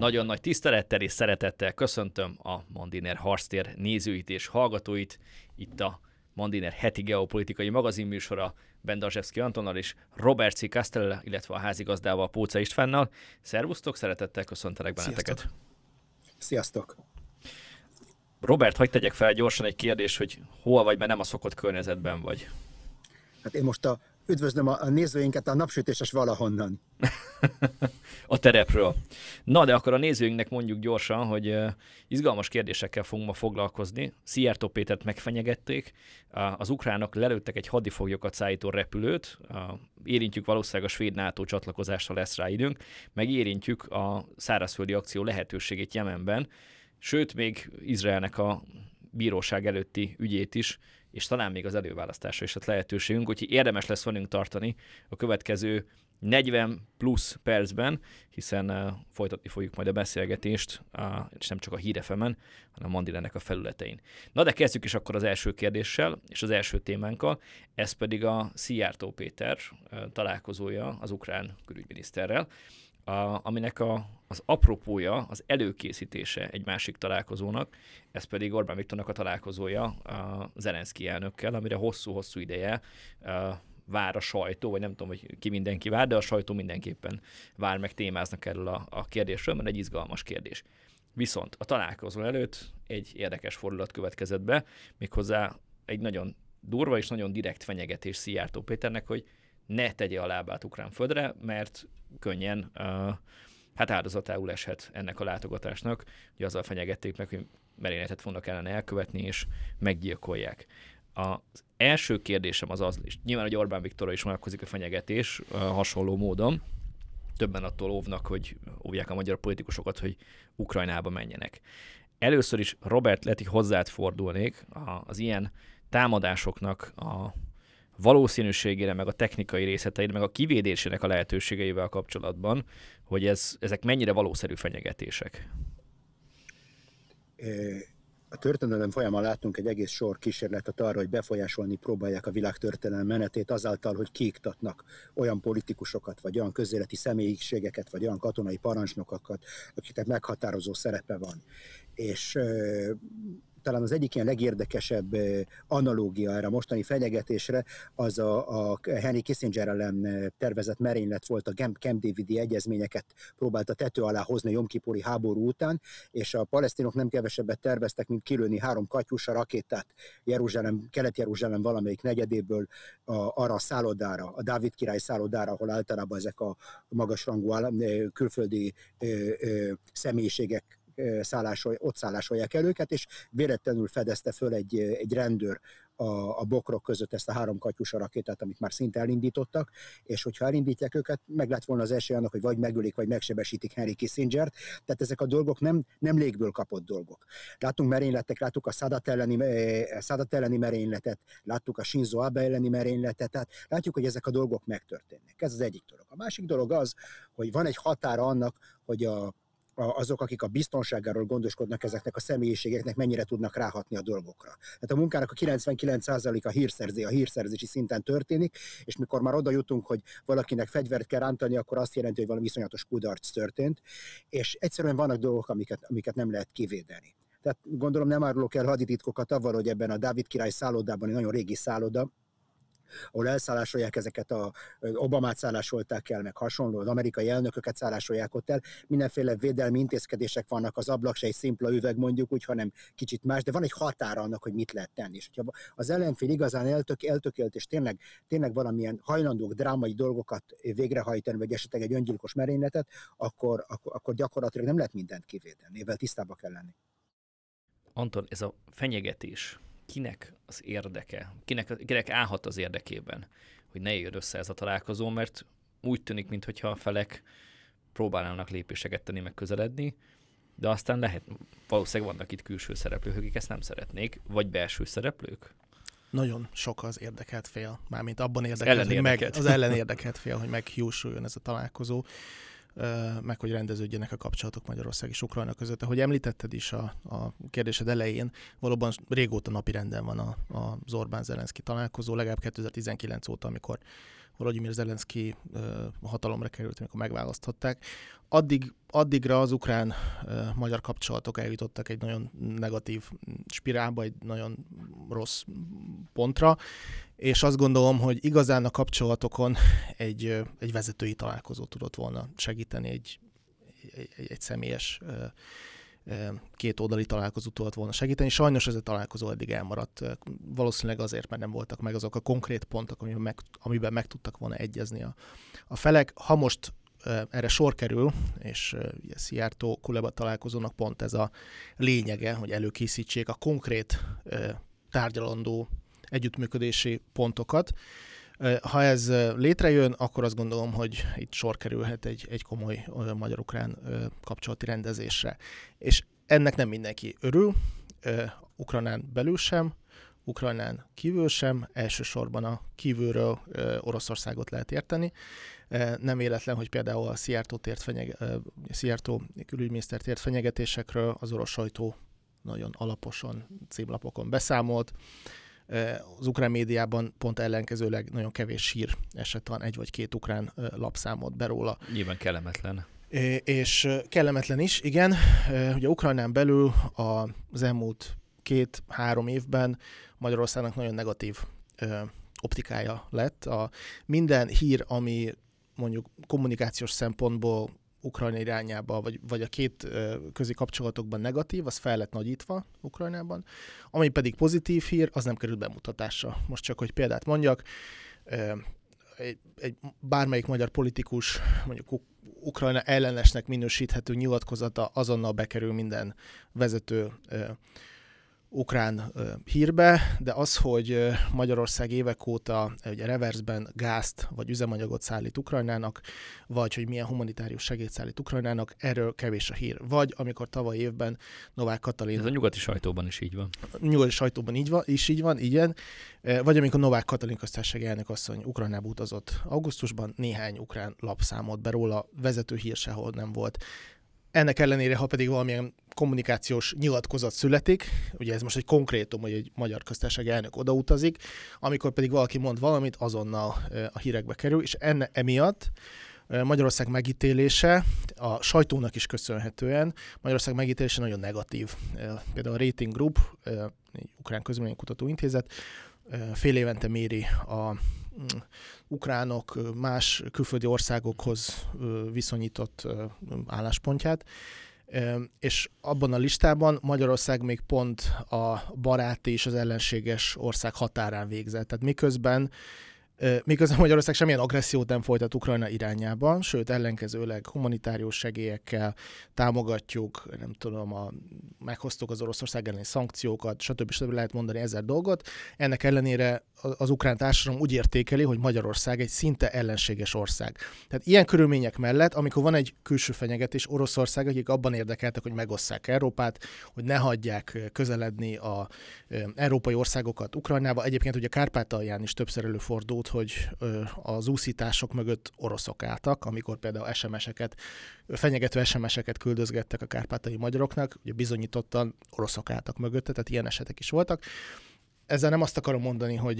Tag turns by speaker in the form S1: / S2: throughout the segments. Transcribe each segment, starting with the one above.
S1: Nagyon nagy tisztelettel és szeretettel köszöntöm a Mandiner Harctér nézőit és hallgatóit. Itt a Mandiner heti geopolitikai magazinműsora Bendazsevszky Antonnal és Robert C. Castellel, illetve a házigazdával, Póca Istvánnal. Szervusztok, szeretettel köszöntelek benneteket.
S2: Sziasztok!
S1: Robert, hadd tegyek fel gyorsan egy kérdést, hogy hol vagy, mert nem a szokott környezetben vagy.
S2: Hát én most üdvözlöm a nézőinket a napsütéses valahonnan.
S1: A terepről. Na, de akkor a nézőinknek mondjuk gyorsan, hogy izgalmas kérdésekkel fogunk ma foglalkozni. Szijjártó Pétert megfenyegették, az ukránok lelőttek egy hadifoglyokat szállító repülőt, érintjük valószínűleg a svéd NATO csatlakozásra lesz rá időnk, meg érintjük a szárazföldi akció lehetőségét Jemenben, sőt, még Izraelnek a bíróság előtti ügyét is, és talán még az előválasztásra is lett lehetőségünk, úgyhogy érdemes lesz velünk tartani a következő 40 plusz percben, hiszen folytatni fogjuk majd a beszélgetést, és nem csak a Hír FM-en, hanem a Mandinernek a felületein. Na de kezdjük is akkor az első kérdéssel, és az első témánkkal, ez pedig a Szijjártó Péter találkozója az ukrán külügyminiszterrel, aminek az apropója, az előkészítése egy másik találkozónak, ez pedig Orbán Viktornak a találkozója a Zelenszky elnökkel, amire hosszú-hosszú ideje vár a sajtó, vagy nem tudom, hogy ki mindenki vár, de a sajtó mindenképpen vár, meg témáznak erről a kérdésről, mert egy izgalmas kérdés. Viszont a találkozó előtt egy érdekes fordulat következett be, méghozzá egy nagyon durva és nagyon direkt fenyegetés Szijjártó Péternek, hogy ne tegye a lábát ukrán földre, mert könnyen áldozatául eshet ennek a látogatásnak, hogy azzal fenyegették meg, hogy merényletet fognak ellene elkövetni, és meggyilkolják. Az első kérdésem az, és nyilván, hogy Orbán Viktorra is vonatkozik a fenyegetés hasonló módon, többen attól óvják a magyar politikusokat, hogy Ukrajnába menjenek. Először is, Robert, lehet, hogy hozzád fordulnék az ilyen támadásoknak a valószínűségére, meg a technikai részleteire, meg a kivédésének a lehetőségeivel kapcsolatban, hogy ezek mennyire valószerű fenyegetések.
S2: A történelem folyamán láttunk egy egész sor kísérletet arra, hogy befolyásolni próbálják a világ történelem menetét azáltal, hogy kiiktatnak olyan politikusokat, vagy olyan közéleti személyiségeket, vagy olyan katonai parancsnokokat, akiknek meghatározó szerepe van. És talán az egyik ilyen legérdekesebb analógia erre a mostani fenyegetésre az a Henry Kissinger ellen tervezett merénylet volt, a Camp Davidi egyezményeket próbálta tető alá hozni a jomkipuri háború után, és a palesztinok nem kevesebbet terveztek, mint kilőni 3 katyusa rakétát Kelet-Jeruzsálem valamelyik negyedéből arra a szállodára, a Dávid király szállodára, ahol általában ezek a magasrangú külföldi személyiségek ott szállásolják el őket, és véletlenül fedezte föl egy rendőr a bokrok között ezt a 3 katyusa rakétát, amit már szinte elindítottak, és hogyha elindítják őket, meg lett volna az esély annak, hogy vagy megölik, vagy megsebesítik Henry Kissingert. Tehát ezek a dolgok nem légből kapott dolgok. Láttunk merényletek, láttuk a Sadat elleni merényletet, láttuk a Shinzo Abe elleni merényletet, tehát látjuk, hogy ezek a dolgok megtörténnek. Ez az egyik dolog. A másik dolog az, hogy van egy határa annak, hogy azok, akik a biztonságáról gondoskodnak ezeknek a személyiségeknek, mennyire tudnak ráhatni a dolgokra. Tehát a munkának a 99% a hírszerzési szinten történik, és mikor már oda jutunk, hogy valakinek fegyvert kell rántani, akkor azt jelenti, hogy valami iszonyatos kudarc történt, és egyszerűen vannak dolgok, amiket nem lehet kivédeni. Tehát gondolom nem árulok el hadititkokat avval, hogy ebben a Dávid király szállodában, egy nagyon régi szálloda, ahol elszállásolják ezeket, Obamát szállásolták el, meg hasonló, az amerikai elnököket szállásolják ott el, mindenféle védelmi intézkedések vannak, az ablak se egy szimpla üveg mondjuk úgy, hanem kicsit más, de van egy határa annak, hogy mit lehet tenni. És hogyha az ellenfél igazán eltökélt, és tényleg valamilyen hajlandók drámai dolgokat végrehajtani, vagy esetleg egy öngyilkos merényletet, akkor gyakorlatilag nem lehet mindent kivédeni, ezzel tisztába kell lenni.
S1: Anton, ez a fenyegetés kinek az érdeke, kinek állhat az érdekében, hogy ne jöjjön össze ez a találkozó, mert úgy tűnik, mintha a felek próbálnának lépéseket tenni, meg közeledni, de aztán valószínűleg vannak itt külső szereplők, akik ezt nem szeretnék, vagy belső szereplők?
S3: Nagyon sok az érdekelt fél, mármint abban érdekelt, az ellenérdekelt fél, hogy meghiúsuljon ez a találkozó, meg hogy rendeződjenek a kapcsolatok Magyarország és Ukrajna között. Ahogy említetted is a kérdésed elején, valóban régóta napirenden van az Orbán-Zelenszky találkozó, legalább 2019 óta, amikor Volodymyr Zelenszky hatalomra került, amikor megválasztották. Addigra az ukrán-magyar kapcsolatok eljutottak egy nagyon negatív spirálba, egy nagyon rossz pontra, és azt gondolom, hogy igazán a kapcsolatokon egy vezetői találkozó tudott volna segíteni, egy személyes kétoldali találkozó tudott volna segíteni. Sajnos ez a találkozó eddig elmaradt. Valószínűleg azért, mert nem voltak meg azok a konkrét pontok, amiben meg tudtak volna egyezni a felek. Ha most erre sor kerül, és Szijjártó-Kuleba találkozónak pont ez a lényege, hogy előkészítsék a konkrét tárgyalandó együttműködési pontokat. Ha ez létrejön, akkor azt gondolom, hogy itt sor kerülhet egy komoly magyar-ukrán kapcsolati rendezésre. És ennek nem mindenki örül, Ukrajnán belül sem, Ukrajnán kívül sem, elsősorban a kívülről Oroszországot lehet érteni. Nem véletlen, hogy például a Szijjártó külügyminiszter tért fenyegetésekről az orosz sajtó nagyon alaposan címlapokon beszámolt. Az ukrán médiában pont ellenkezőleg nagyon kevés hír esetben, egy vagy két ukrán lap számolt be róla.
S1: Nyilván kellemetlen.
S3: És kellemetlen is, igen. Ugye Ukrajnán belül az elmúlt 2-3 évben Magyarországnak nagyon negatív optikája lett. Minden hír, ami mondjuk kommunikációs szempontból Ukrajna irányába, vagy a két közi kapcsolatokban negatív, az fel lett nagyítva Ukrajnában. Ami pedig pozitív hír, az nem került bemutatásra. Most csak, hogy példát mondjak, egy bármelyik magyar politikus, mondjuk Ukrajna ellenesnek minősíthető nyilatkozata azonnal bekerül minden vezető ukrán hírbe, de az, hogy Magyarország évek óta ugye reversben gázt vagy üzemanyagot szállít Ukrajnának, vagy hogy milyen humanitárius segélyt szállít Ukrajnának, erről kevés a hír. Vagy amikor tavaly évben Novák Katalin...
S1: Ez a nyugati sajtóban is így van.
S3: A nyugati sajtóban így van, igen. Vagy amikor Novák Katalin köztársasági elnök asszony Ukrajnába utazott augusztusban, néhány ukrán lap számolt be róla, vezető hír sehol nem volt. Ennek ellenére, ha pedig valamilyen kommunikációs nyilatkozat születik, ugye ez most egy konkrétum, hogy egy magyar köztársasági elnök odautazik, amikor pedig valaki mond valamit, azonnal a hírekbe kerül, és emiatt Magyarország megítélése, a sajtónak is köszönhetően, Magyarország megítélése nagyon negatív. Például a Rating Group, egy ukrán közvéleménykutató intézet, fél évente méri a ukránok más külföldi országokhoz viszonyított álláspontját, és abban a listában Magyarország még pont a baráti és az ellenséges ország határán végzett. Tehát miközben Magyarország semmilyen agressziót nem folytat Ukrajna irányába, sőt ellenkezőleg humanitárius segélyekkel támogatjuk, nem tudom, meghoztuk az Oroszország elleni szankciókat, stb. Lehet mondani 1000 dolgot. Ennek ellenére az ukrán társadalom úgy értékeli, hogy Magyarország egy szinte ellenséges ország. Tehát ilyen körülmények mellett, amikor van egy külső fenyegetés, Oroszország, akik abban érdekeltek, hogy megosszák Európát, hogy ne hagyják közeledni az európai országokat Ukrajnába. Egyébként ugye Kárpátalján is többször előfordult, hogy az úszítások mögött oroszok álltak, amikor például fenyegető SMS-eket küldözgettek a kárpátaljai magyaroknak, ugye bizonyítottan oroszok álltak mögötte, tehát ilyen esetek is voltak. Ezzel nem azt akarom mondani, hogy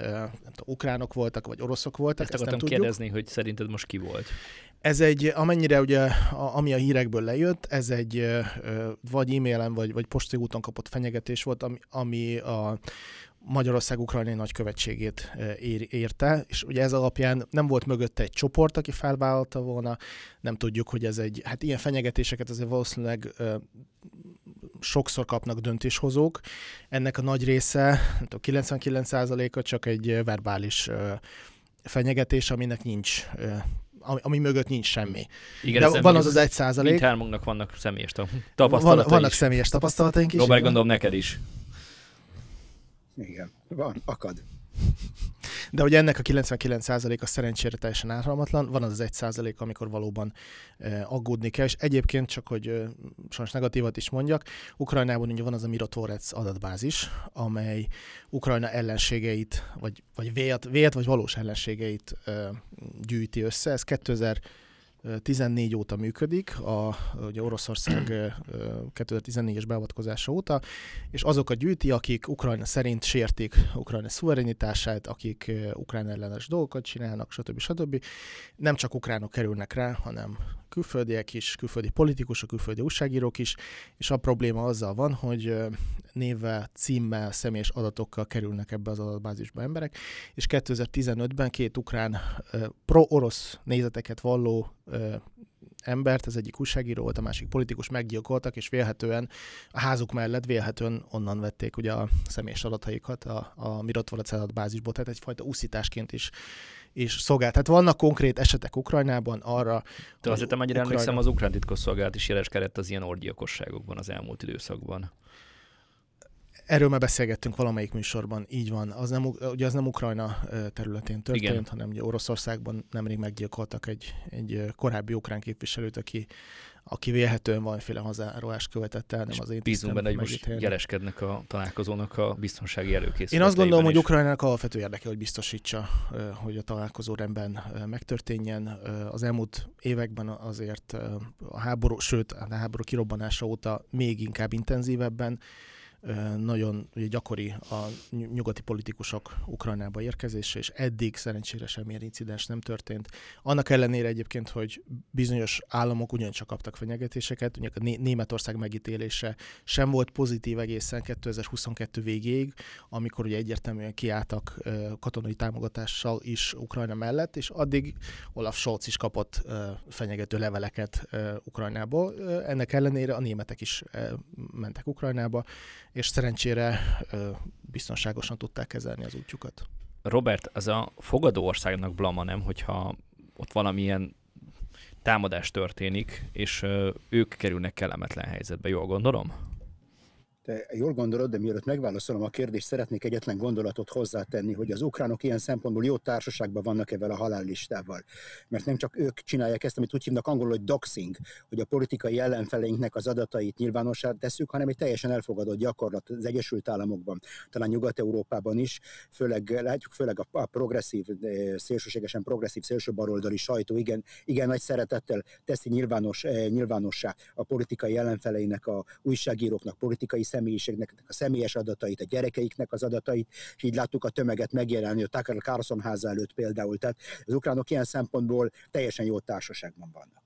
S3: ukránok voltak, vagy oroszok voltak,
S1: ezt akartam kérdezni, hogy szerinted most ki volt?
S3: Ez amennyire ugye, ami a hírekből lejött, ez egy vagy e-mailen, vagy postai úton kapott fenyegetés volt, ami a Magyarország ukrajnai nagykövetségét érte, és ugye ez alapján nem volt mögötte egy csoport, aki felvállalta volna, nem tudjuk, hogy ez hát ilyen fenyegetéseket azért valószínűleg sokszor kapnak döntéshozók. Ennek a nagy része, 99%-a csak egy verbális fenyegetés, aminek nincs, ami mögött nincs semmi.
S1: Igen,
S3: de van az 1%.
S1: Mindhármunknak vannak személyes tapasztalatai.
S3: Vannak személyes tapasztalataink is.
S1: Robert, gondolom neked is.
S2: Igen, van, akad.
S3: De ugye ennek a 99%-a szerencsére teljesen ártalmatlan, van az 1%, amikor valóban aggódni kell, és egyébként csak, hogy sajnos negatívat is mondjak, Ukrajnában ugye van az a Mirotvorec adatbázis, amely Ukrajna ellenségeit, vagy vélt vagy valós ellenségeit gyűjti össze. Ez 14 óta működik, ugye Oroszország 2014-es beavatkozása óta, és azokat gyűjti, akik Ukrajna szerint sértik Ukrajna szuverenitását, akik ukrán ellenes dolgokat csinálnak, stb. Nem csak ukránok kerülnek rá, hanem külföldiek is, külföldi politikusok, külföldi újságírók is, és a probléma azzal van, hogy névvel, címmel, személyes adatokkal kerülnek ebbe az adatbázisba emberek, és 2015-ben 2 ukrán pro-orosz nézeteket valló embert, az egyik újságíró volt, a másik politikus meggyilkoltak, és vélhetően a házuk mellett vélhetően onnan vették ugye a személyes adataikat a Mirotvorec adatbázisból, tehát egyfajta úszításként is szolgált. Tehát vannak konkrét esetek Ukrajnában arra,
S1: de azért amennyire emlékszem, az ukrán titkosszolgálat is jeleskedett az ilyen orgyilkosságokban az elmúlt időszakban.
S3: Erről már beszélgettünk valamelyik műsorban, így van. Az nem Ukrajna területén történt, igen, hanem ugye Oroszországban nemrég meggyilkoltak egy korábbi ukrán képviselőt, aki vélhetően valamiféle hazárolást követett el, nem az én
S1: bízunk benne, hogy most jeleskednek a találkozónak a biztonsági előkészületeiben.
S3: Én azt gondolom, hogy Ukrajnának alapvető érdeke, hogy biztosítsa, hogy a találkozó rendben megtörténjen. Az elmúlt években azért a háború kirobbanása óta még inkább intenzívebben nagyon ugye, gyakori a nyugati politikusok Ukrajnába érkezése, és eddig szerencsére semmilyen incidens nem történt. Annak ellenére egyébként, hogy bizonyos államok ugyancsak kaptak fenyegetéseket, ugye a Németország megítélése sem volt pozitív egészen 2022 végéig, amikor ugye egyértelműen kiálltak katonai támogatással is Ukrajna mellett, és addig Olaf Scholz is kapott fenyegető leveleket Ukrajnából. Ennek ellenére a németek is mentek Ukrajnába, és szerencsére biztonságosan tudták kezelni az útjukat.
S1: Robert, ez a fogadó országnak blama, nem, hogyha ott valamilyen támadás történik, és ők kerülnek kellemetlen helyzetbe, jól gondolom?
S2: Te jól gondolod, de mielőtt megválaszolom a kérdést, szeretnék egyetlen gondolatot hozzátenni, hogy az ukránok ilyen szempontból jó társaságban vannak ezzel a halállistával. Mert nem csak ők csinálják ezt, amit úgy hívnak angolul, hogy doxing, hogy a politikai ellenfeleinknek az adatait nyilvánossá tesszük, hanem egy teljesen elfogadott gyakorlat az Egyesült Államokban, talán Nyugat-Európában is, főleg a progresszív, szélsőségesen progresszív, szélsőbaloldali sajtó igen nagy szeretettel teszi nyilvánossá a politikai ellenfeleinek, a újságíróknak, politikai személyiségnek a személyes adatait, a gyerekeiknek az adatait, és így láttuk a tömeget megjelenni a Tucker Carlson háza előtt például. Tehát az ukránok ilyen szempontból teljesen jó társaságban vannak.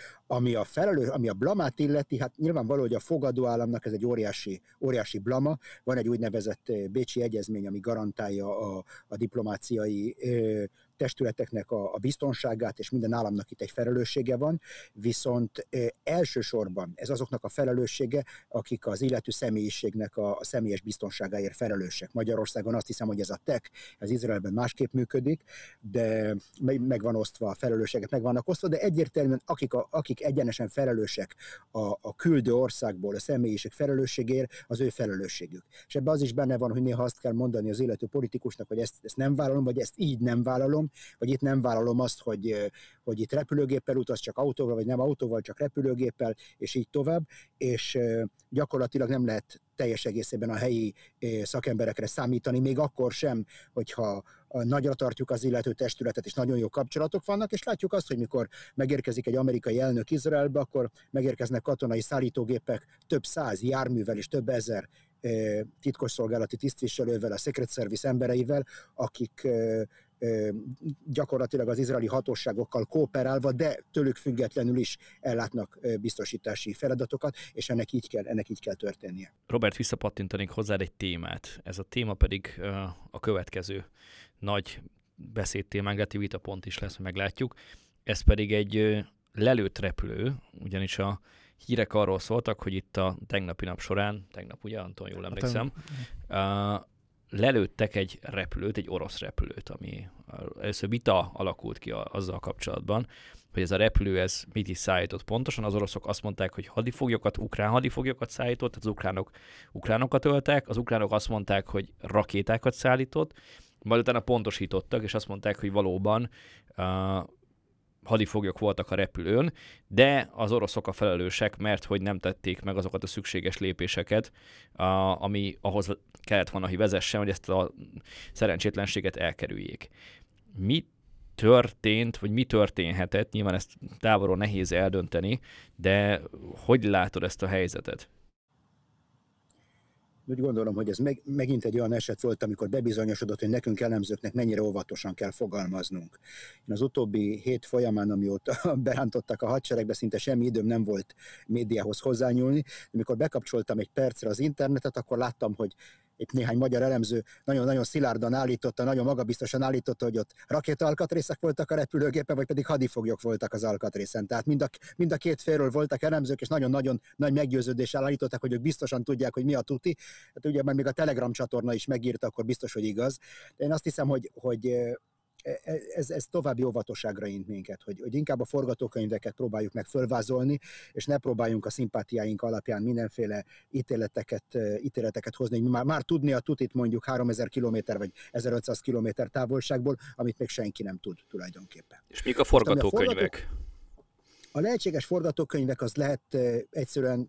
S2: Ami a blamát illeti, hát nyilvánvaló, hogy a fogadó államnak ez egy óriási blama. Van egy úgynevezett bécsi egyezmény, ami garantálja a diplomáciai testületeknek a biztonságát, és minden államnak itt egy felelőssége van, viszont elsősorban ez azoknak a felelőssége, akik az illető személyiségnek a személyes biztonságáért felelősek. Magyarországon azt hiszem, hogy ez a TEK, ez Izraelben másképp működik, de meg van osztva, a felelősségek meg vannak osztva, de egyértelműen akik egyenesen felelősek a küldő országból a személyiség felelősségért, az ő felelősségük. És ebben az is benne van, hogy néha azt kell mondani az illető politikusnak, hogy ezt nem vállalom, vagy ezt így nem vállalom, vagy itt nem vállalom azt, hogy itt repülőgéppel utaz, csak autóval, vagy nem autóval, csak repülőgéppel, és így tovább, és gyakorlatilag nem lehet teljes egészében a helyi szakemberekre számítani, még akkor sem, hogyha nagyra tartjuk az illető testületet, és nagyon jó kapcsolatok vannak, és látjuk azt, hogy mikor megérkezik egy amerikai elnök Izraelbe, akkor megérkeznek katonai szállítógépek több 100 járművel és több ezer titkosszolgálati tisztviselővel, a Secret Service embereivel, akik gyakorlatilag az izraeli hatóságokkal kooperálva, de tőlük függetlenül is ellátnak biztosítási feladatokat, és ennek így kell történnie.
S1: Robert, visszapattintanék hozzád egy témát. Ez a téma pedig a következő nagy beszédtémánk, illetve vitapont is lesz, meglátjuk. Ez pedig egy lelőtt repülő, ugyanis a hírek arról szóltak, hogy itt a tegnapi nap során, tegnap ugye, Anton, jól emlékszem, lelőttek egy repülőt, egy orosz repülőt, ami először vita alakult ki azzal kapcsolatban, hogy ez a repülő, ez mit is szállított pontosan. Az oroszok azt mondták, hogy ukrán hadifoglyokat szállított, tehát az ukránokat öltek, az ukránok azt mondták, hogy rakétákat szállított, majd utána pontosítottak, és azt mondták, hogy valóban hadifoglyok voltak a repülőn, de az oroszok a felelősek, mert hogy nem tették meg azokat a szükséges lépéseket, ami ahhoz kellett volna, hogy vezessen, hogy ezt a szerencsétlenséget elkerüljék. Mi történt, vagy mi történhetett, nyilván ezt távolról nehéz eldönteni, de hogy látod ezt a helyzetet?
S2: Úgy gondolom, hogy ez megint egy olyan eset volt, amikor bebizonyosodott, hogy nekünk elemzőknek mennyire óvatosan kell fogalmaznunk. Én az utóbbi hét folyamán, amióta berántottak a hadseregbe, szinte semmi időm nem volt médiához hozzányúlni, de amikor bekapcsoltam egy percre az internetet, akkor láttam, hogy itt néhány magyar elemző nagyon-nagyon szilárdan állította, nagyon magabiztosan állította, hogy ott rakétaalkatrészek voltak a repülőgépen, vagy pedig hadifoglyok voltak az alkatrészen. Tehát mind a két félről voltak elemzők, és nagyon-nagyon nagy meggyőződéssel állították, hogy ők biztosan tudják, hogy mi a tuti. Hát ugye már még a Telegram csatorna is megírta, akkor biztos, hogy igaz. De én azt hiszem, hogy ez további óvatosságra int minket, hogy inkább a forgatókönyveket próbáljuk meg fölvázolni, és ne próbáljunk a szimpátiáink alapján mindenféle ítéleteket hozni, hogy már tudni a tutit mondjuk 3000 km vagy 1500 km távolságból, amit még senki nem tud tulajdonképpen.
S1: És mik a forgatókönyvek?
S2: A lehetséges forgatókönyvek az lehet egyszerűen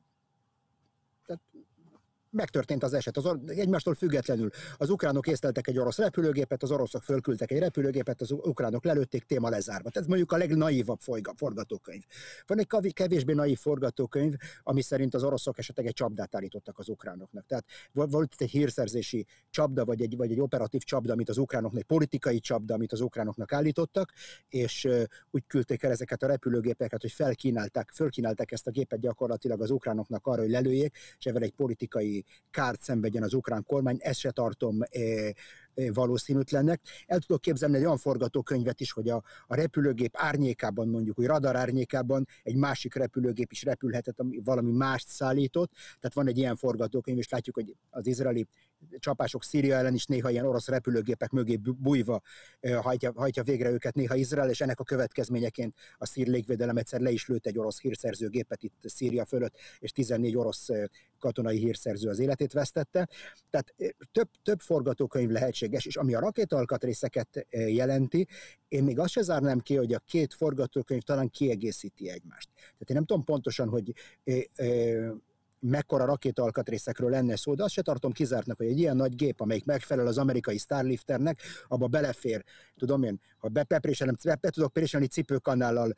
S2: megtörtént az eset, egymástól függetlenül. Az ukránok észleltek egy orosz repülőgépet, az oroszok fölküldtek egy repülőgépet, az ukránok lelőtték, téma lezárva. Ez mondjuk a legnaívabb forgatókönyv. Van egy kevésbé naív forgatókönyv, ami szerint az oroszok esetleg egy csapdát állítottak az ukránoknak. Tehát volt egy hírszerzési csapda, vagy egy operatív csapda, amit az ukránoknak, egy politikai csapda, amit az ukránoknak állítottak, és úgy küldték el ezeket a repülőgépeket, hogy fölkínálták ezt a gépet gyakorlatilag az ukránoknak arra, hogy lelőjék, és ezzel egy politikai kárt szenvedjen az ukrán kormány, ezt se tartom valószínűtlennek. El tudok képzelni egy olyan forgatókönyvet is, hogy a repülőgép árnyékában, mondjuk, hogy radar árnyékában egy másik repülőgép is repülhetett, ami valami mást szállított. Tehát van egy ilyen forgatókönyv, és látjuk, hogy az izraeli csapások Szíria ellen is néha ilyen orosz repülőgépek mögé bújva hajtja végre őket néha Izrael, és ennek a következményeként a szír légvédelem egyszer le is lőtt egy orosz hírszerzőgépet itt Szíria fölött, és 14 orosz katonai hírszerző az életét vesztette. Tehát több forgatókönyv lehetséges, és ami a rakétaalkatrészeket jelenti, én még azt se zárnám ki, hogy a két forgatókönyv talán kiegészíti egymást. Tehát én nem tudom pontosan, hogy mekkora rakétaalkatrészekről lenne szó, de azt se tartom kizártnak, hogy egy ilyen nagy gép, amelyik megfelel az amerikai Starlifternek, abba belefér, tudom én, ha be tudok préselni cipőkanállal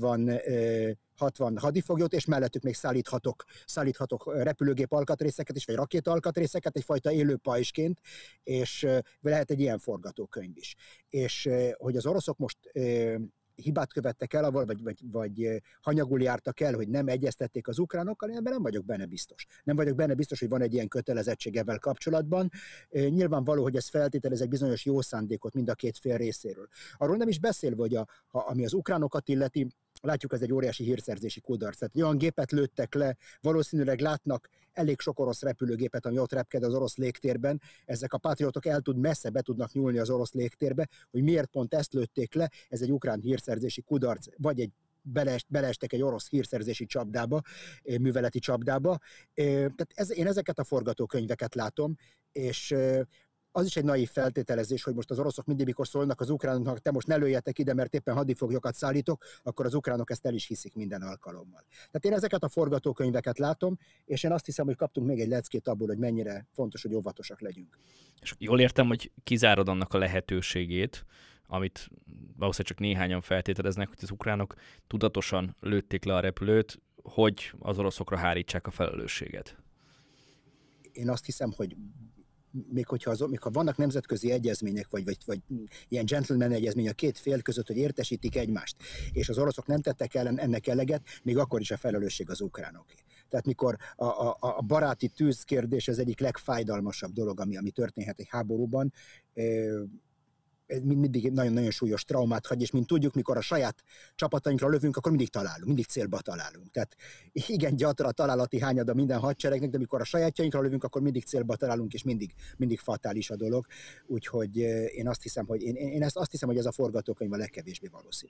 S2: 60 hadifoglyot, és mellettük még szállíthatok repülőgép alkatrészeket is, vagy rakéta alkatrészeket, egyfajta élő pajzsként, és lehet egy ilyen forgatókönyv is. És hogy az oroszok most hibát követtek el, vagy hanyagul jártak el, hogy nem egyeztették az ukránokkal, én ebben nem vagyok benne biztos. Nem vagyok benne biztos, hogy van egy ilyen kötelezettség ezzel kapcsolatban. Nyilvánvaló, hogy ez feltételez egy bizonyos jó szándékot mind a két fél részéről. Arról nem is beszélve, hogy ami az ukránokat illeti, látjuk, ez egy óriási hírszerzési kudarc. Tehát olyan gépet lőttek le, valószínűleg látnak elég sok orosz repülőgépet, ami ott repked az orosz légtérben. Ezek a patriótok messze be tudnak nyúlni az orosz légtérbe, hogy miért pont ezt lőtték le, ez egy ukrán hírszerzési kudarc, vagy beleestek egy orosz hírszerzési csapdába, műveleti csapdába. Tehát én ezeket a forgatókönyveket látom, és az is egy naív feltételezés, hogy most az oroszok mindig, mikor szólnak az ukránoknak, te most ne lőjetek ide, mert éppen hadifoglyokat szállítok, akkor az ukránok ezt el is hiszik minden alkalommal. Tehát én ezeket a forgatókönyveket látom, és én azt hiszem, hogy kaptunk még egy leckét abból, hogy mennyire fontos, hogy óvatosak legyünk.
S1: És jól értem, hogy kizárod annak a lehetőségét, amit valószínűleg csak néhányan feltételeznek, hogy az ukránok tudatosan lőtték le a repülőt, hogy az oroszokra hárítsák a felelősséget.
S2: Én azt hiszem, hogy még ha vannak nemzetközi egyezmények, vagy ilyen gentleman egyezmény a két fél között, hogy értesítik egymást, és az oroszok nem tettek ellen ennek eleget, még akkor is a felelősség az ukránoké. Tehát mikor a baráti tűz kérdés az egyik legfájdalmasabb dolog, ami történhet egy háborúban, mindig nagyon-nagyon súlyos traumát hagy, és mint tudjuk, mikor a saját csapatainkra lövünk, akkor mindig találunk, mindig célba találunk. Tehát igen, gyatra a találati hányada minden hadseregnek, de mikor a sajátjainkra lövünk, akkor mindig célba találunk, és mindig fatális a dolog. Úgyhogy én azt hiszem, hogy ez a forgatókönyv a legkevésbé valószínű.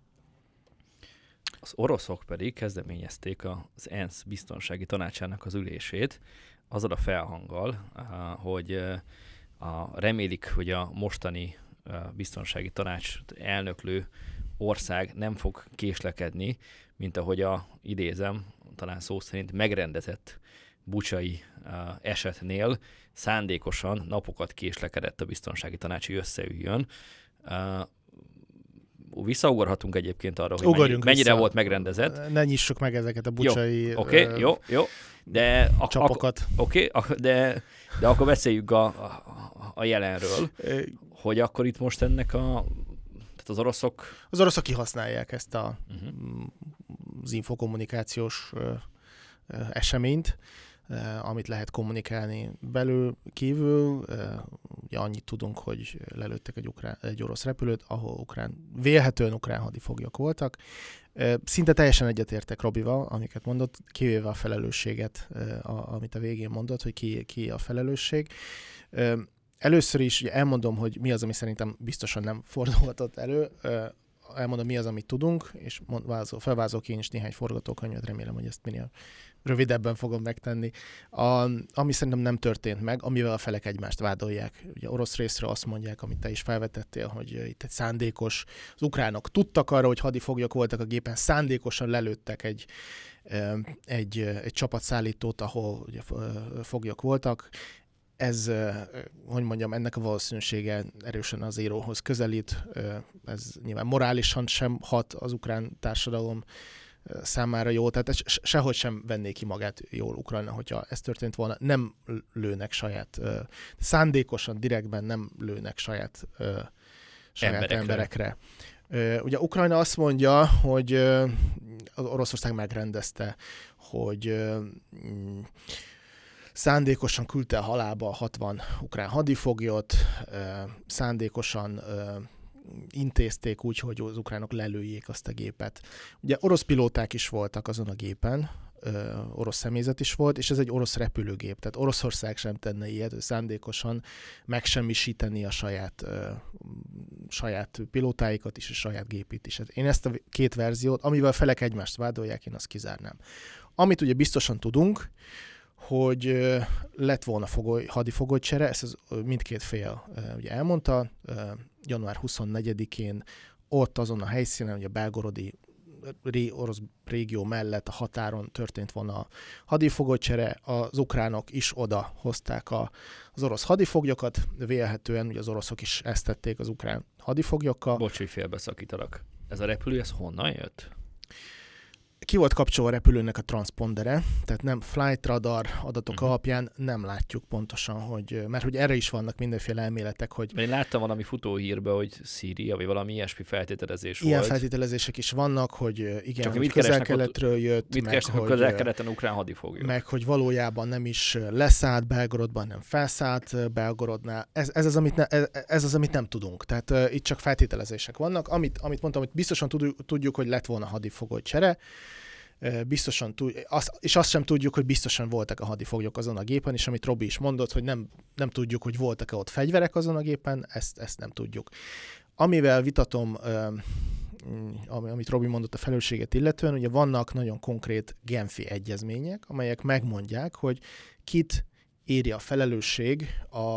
S1: Az oroszok pedig kezdeményezték az ENSZ biztonsági tanácsának az ülését azzal a felhanggal, hogy remélik, hogy a mostani biztonsági tanács elnöklő ország nem fog késlekedni, mint ahogy idézem, talán szó szerint megrendezett bucsai esetnél szándékosan napokat késlekedett a biztonsági tanács, hogy összeüljön. visszaugorhatunk egyébként arra, hogy mennyire volt megrendezett.
S3: Ne nyissuk meg ezeket a bucsai
S1: Jó. De
S3: csapokat.
S1: De akkor beszéljük a jelenről, hogy akkor itt most ennek tehát az oroszok...
S3: Az oroszok kihasználják ezt az infokommunikációs eseményt, amit lehet kommunikálni belül, kívül. Ugye annyit tudunk, hogy lelőttek egy orosz repülőt, ahol vélhetően ukrán hadifoglyok voltak. Szinte teljesen egyetértek Robival, amiket mondott, kivéve a felelősséget, amit a végén mondott, hogy ki a felelősség. Először is ugye elmondom, hogy mi az, ami szerintem biztosan nem fordulhatott elő. Elmondom, mi az, amit tudunk, és felvázolok én is néhány forgatókönyvet, remélem, hogy ezt minél rövidebben fogom megtenni. Ami szerintem nem történt meg, amivel a felek egymást vádolják. Ugye orosz részről azt mondják, amit te is felvetettél, hogy itt egy szándékos, az ukránok tudtak arra, hogy hadifoglyok voltak a gépen, szándékosan lelőttek egy csapatszállítót, ahol ugye foglyok voltak. Ez, hogy mondjam, ennek a valószínűsége erősen az zéróhoz közelít. Ez nyilván morálisan sem hat az ukrán társadalom számára jó, tehát sehogy sem venné ki magát jól Ukrajna, hogyha ez történt volna. Nem lőnek szándékosan, direktben nem lőnek saját emberekre. Ugye Ukrajna azt mondja, hogy az Oroszország megrendezte, hogy szándékosan küldte halálba 60 ukrán hadifoglyot, szándékosan intézték úgy, hogy az ukránok lelőjék azt a gépet. Ugye orosz pilóták is voltak azon a gépen, orosz személyzet is volt, és ez egy orosz repülőgép, tehát Oroszország sem tenne ilyet, szándékosan megsemmisíteni a saját pilótáikat is, a saját gépét is. Én ezt a két verziót, amivel felek egymást vádolják, én azt kizárnám. Amit ugye biztosan tudunk, hogy lett volna hadifogolycsere, ezt mindkét fél ugye elmondta, január 24-én ott azon a helyszínen, ugye a belgorodi orosz régió mellett a határon történt volna a hadifogolycsere, az ukránok is oda hozták az orosz hadifoglyokat, vélhetően ugye az oroszok is ezt tették az ukrán hadifoglyokkal.
S1: Bocs, hogy félbeszakítalak. Ez a repülő, ez honnan jött?
S3: Ki volt kapcsolva a repülőnek a transpondere, tehát nem flight radar adatok alapján nem látjuk pontosan, mert hogy erre is vannak mindenféle elméletek, hogy...
S1: Én láttam valami futóhírbe, hogy Szíria, vagy valami ilyesmi feltételezés
S3: ilyen
S1: volt.
S3: Ilyen feltételezések is vannak, hogy igen,
S1: csak
S3: hogy közel-keletről jött.
S1: Mit keresnek a közel-keleten ukrán hadifoglyok?
S3: Meg, hogy valójában nem is leszállt Belgorodban, nem felszállt Belgorodnál. Ez az, amit nem tudunk. Tehát itt csak feltételezések vannak. Amit mondtam, hogy biztosan tudjuk, hogy lett volna hadifogolycsere, biztosan és azt sem tudjuk, hogy biztosan voltak a hadifoglyok azon a gépen, és amit Robi is mondott, hogy nem tudjuk, hogy voltak-e ott fegyverek azon a gépen, ezt nem tudjuk. Amivel vitatom, amit Robi mondott a felelősséget illetően, ugye vannak nagyon konkrét genfi egyezmények, amelyek megmondják, hogy kit éri a felelősség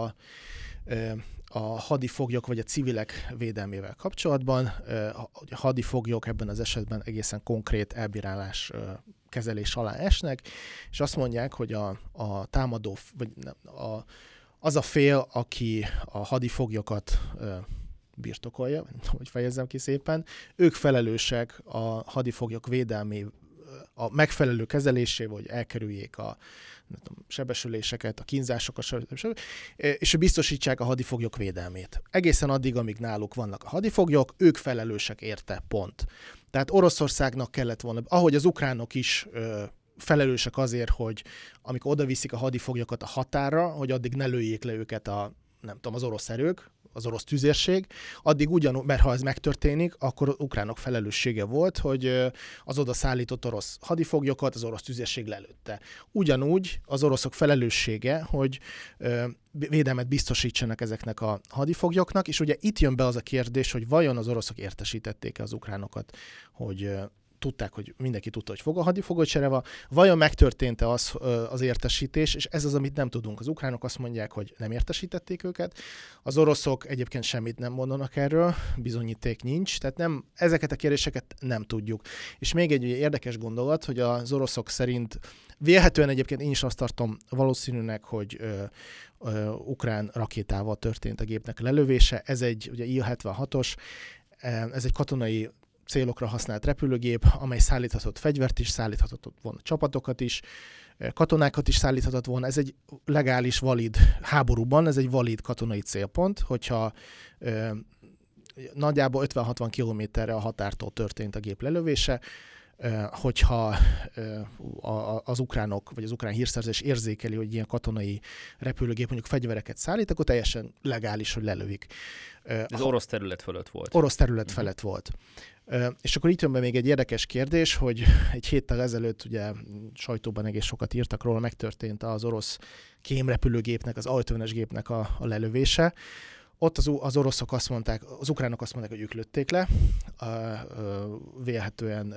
S3: a hadifoglyok vagy a civilek védelmével kapcsolatban. A hadifoglyok ebben az esetben egészen konkrét elbírálás kezelés alá esnek, és azt mondják, hogy a támadó, vagy az a fél, aki a hadifoglyokat birtokolja, hogy fejezzem ki szépen, ők felelősek a hadifoglyok a megfelelő kezelésével, hogy elkerüljék a sebesüléseket, a kínzásokat, és biztosítsák a hadifoglyok védelmét. Egészen addig, amíg náluk vannak a hadifoglyok, ők felelősek érte, pont. Tehát Oroszországnak kellett volna, ahogy az ukránok is felelősek azért, hogy amikor odaviszik a hadifoglyokat a határra, hogy addig ne lőjék le őket az orosz erők, az orosz tüzérség, addig ugyanúgy, mert ha ez megtörténik, akkor az ukránok felelőssége volt, hogy az oda szállított orosz hadifoglyokat az orosz tüzérség lelőtte. Ugyanúgy az oroszok felelőssége, hogy védelmet biztosítsanak ezeknek a hadifoglyoknak, és ugye itt jön be az a kérdés, hogy vajon az oroszok értesítették az ukránokat, hogy tudták, hogy mindenki tudta, hogy hadifogolycsere van. Vajon megtörtént-e az értesítés, és ez az, amit nem tudunk. Az ukránok azt mondják, hogy nem értesítették őket. Az oroszok egyébként semmit nem mondanak erről, bizonyíték nincs, tehát ezeket a kérdéseket nem tudjuk. És még egy érdekes gondolat, hogy az oroszok szerint vélhetően egyébként én is azt tartom valószínűnek, hogy ukrán rakétával történt a gépnek lelövése. Ez egy ugye Il-76-os, Ez egy katonai célokra használt repülőgép, amely szállíthatott fegyvert is, szállíthatott volna csapatokat is, katonákat is szállíthatott volna. Ez egy legális, valid háborúban, ez egy valid katonai célpont, hogyha nagyjából 50-60 kilométerre a határtól történt a gép lelövése, hogyha az ukránok, vagy az ukrán hírszerzés érzékeli, hogy ilyen katonai repülőgép mondjuk fegyvereket szállít, akkor teljesen legális, hogy lelövik.
S1: Ez orosz terület fölött volt.
S3: Orosz terület felett volt. És akkor itt jön be még egy érdekes kérdés, hogy egy héttel ezelőtt ugye sajtóban egész sokat írtak róla, megtörtént az orosz kémrepülőgépnek, az A-50-es gépnek a lelövése. Ott az oroszok azt mondták, az ukránok azt mondták, hogy ők lőtték le, vélhetően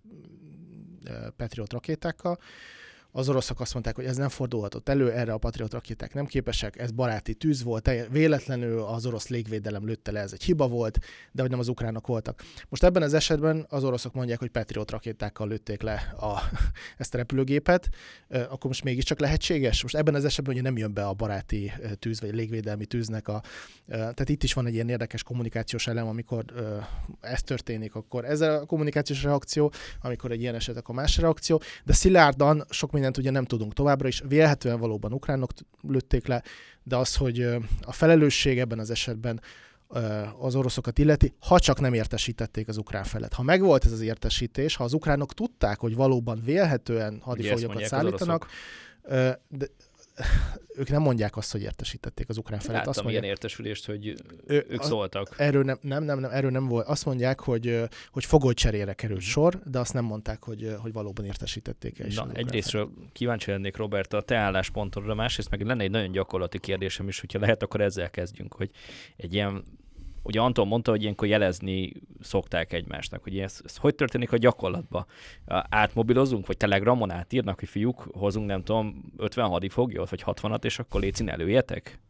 S3: Patriot rakétákkal. Az oroszok azt mondták, hogy ez nem fordulhatott elő, erre a Patriot rakéták nem képesek, ez baráti tűz volt, véletlenül az orosz légvédelem lőtte le, ez egy hiba volt, de hogy nem az ukránok voltak. Most ebben az esetben az oroszok mondják, hogy Patriot rakétákkal lőtték le ezt a repülőgépet, akkor most mégiscsak lehetséges? Most ebben az esetben ugye nem jön be a baráti tűz, vagy a légvédelmi tűznek tehát itt is van egy ilyen érdekes kommunikációs elem, amikor ez történik, akkor ez a kommunikációs reakció, amikor egy ilyen eset, akkor más reakció, de szilárdan sok mindent ugye nem tudunk továbbra is. Vélhetően valóban ukránok lőtték le, de az, hogy a felelősség ebben az esetben az oroszokat illeti, ha csak nem értesítették az ukrán felet. Ha megvolt ez az értesítés, ha az ukránok tudták, hogy valóban vélhetően hadifoglyokat szállítanak, de ők nem mondják azt, hogy értesítették az ukrán felet.
S1: Láttam ilyen értesülést, hogy ők szóltak.
S3: Erről nem volt. Azt mondják, hogy fogolycserére került sor, de azt nem mondták, hogy valóban értesítették el.
S1: Na, egyrésztről kíváncsi lennék, Robert, a te álláspontodra, másrészt meg lenne egy nagyon gyakorlati kérdésem is, hogyha lehet, akkor ezzel kezdjünk, hogy egy ilyen, ugye Anton mondta, hogy ilyenkor jelezni szokták egymásnak, hogy ez hogy történik a gyakorlatban? Átmobilozunk, vagy Telegramon átírnak, hogy fiúk, hozunk nem tudom 50 hadifoglyot, vagy 60-at, és akkor létszín előjetek?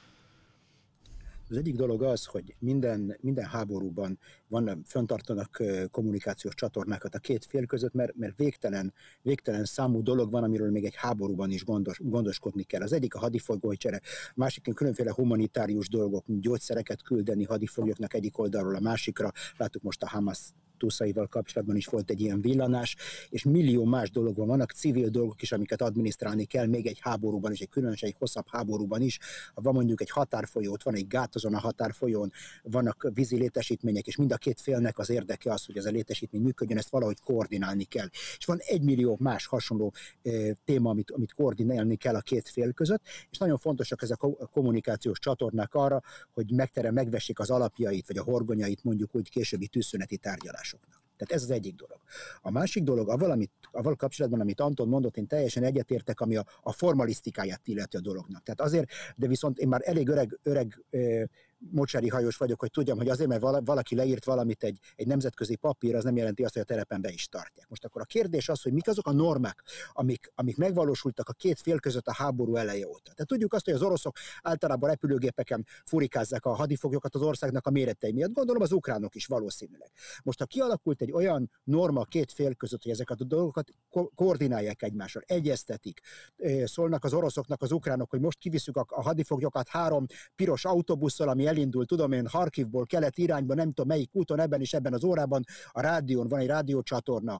S2: Az egyik dolog az, hogy minden háborúban fenntartanak kommunikációs csatornákat a két fél között, mert végtelen számú dolog van, amiről még egy háborúban is gondoskodni kell. Az egyik a hadifogolycsere, a másik különféle humanitárius dolgok, gyógyszereket küldeni hadifoglyoknak egyik oldalról a másikra. Láttuk most a Hamas túszaival kapcsolatban is volt egy ilyen villanás, és millió más dolog vannak civil dolgok is, amiket adminisztrálni kell még egy háborúban is, egy különösen egy hosszabb háborúban is. Ha van mondjuk egy határfolyó, ott van egy gát azon a határfolyón, vannak vízi létesítmények, és mind a két félnek az érdeke az, hogy ez a létesítmény működjön, ezt valahogy koordinálni kell. És van 1 millió más hasonló téma, amit koordinálni kell a két fél között, és nagyon fontosak ezek a kommunikációs csatornák arra, hogy megvessék az alapjait, vagy a horgonyait mondjuk úgy későbbi tűzszüneti tárgyalásoknak. Tehát ez az egyik dolog. A másik dolog, avval kapcsolatban, amit Anton mondott, én teljesen egyetértek, ami a formalisztikáját illeti a dolognak. Tehát azért, de viszont én már elég öreg mocsári hajós vagyok, hogy tudjam, hogy azért, mert valaki leírt valamit egy nemzetközi papír, az nem jelenti azt, hogy a terepen be is tartják. Most akkor a kérdés az, hogy mik azok a normák, amik megvalósultak a két fél között a háború eleje óta. Tehát tudjuk azt, hogy az oroszok általában repülőgépeken furikázzák a hadifoglyokat az országnak a méretei miatt. Gondolom az ukránok is valószínűleg. Most ha kialakult egy olyan norma a két fél között, hogy ezeket a dolgokat koordinálják egymással, egyeztetik, szólnak az oroszoknak az ukránok, hogy most kiviszük a hadifoglyokat 3 piros autóbusszal, ami elindul, tudom én, Harkivból kelet irányba, nem tudom melyik úton, ebben az órában a rádión van egy rádiócsatorna,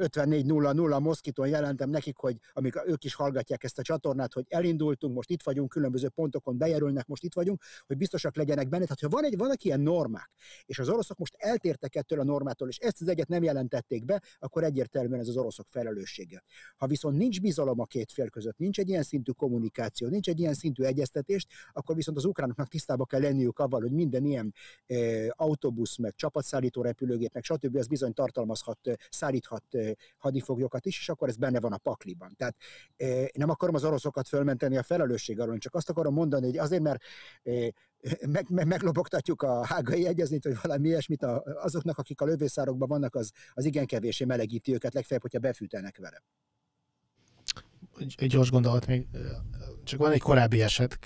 S2: 5400 Moszkitón jelentem nekik, hogy amikor ők is hallgatják ezt a csatornát, hogy elindultunk, most itt vagyunk, különböző pontokon bejelölnek, most itt vagyunk, hogy biztosak legyenek benne. Tehát ha vannak ilyen normák, és az oroszok most eltértek ettől a normától, és ezt az egyet nem jelentették be, akkor egyértelműen ez az oroszok felelőssége. Ha viszont nincs bizalom a két fél között, nincs egy ilyen szintű kommunikáció, nincs egy ilyen szintű egyeztetést, akkor viszont az ukránoknak tisztába kell lenniük avval, hogy minden ilyen autóbusz, meg csapatszállító repülőgép, meg stb. Az bizony szállíthat hadifoglyokat is, és akkor ez benne van a pakliban. Tehát nem akarom az oroszokat fölmenteni a felelősség alól, csak azt akarom mondani, hogy azért, mert meglobogtatjuk a hágai egyezményt, vagy valami ilyesmit azoknak, akik a lövészárokban vannak, az igen kevéssé melegíti őket, legfeljebb, hogyha befűtenek vele.
S3: Egy gyors gondolat még, csak van egy korábbi eset,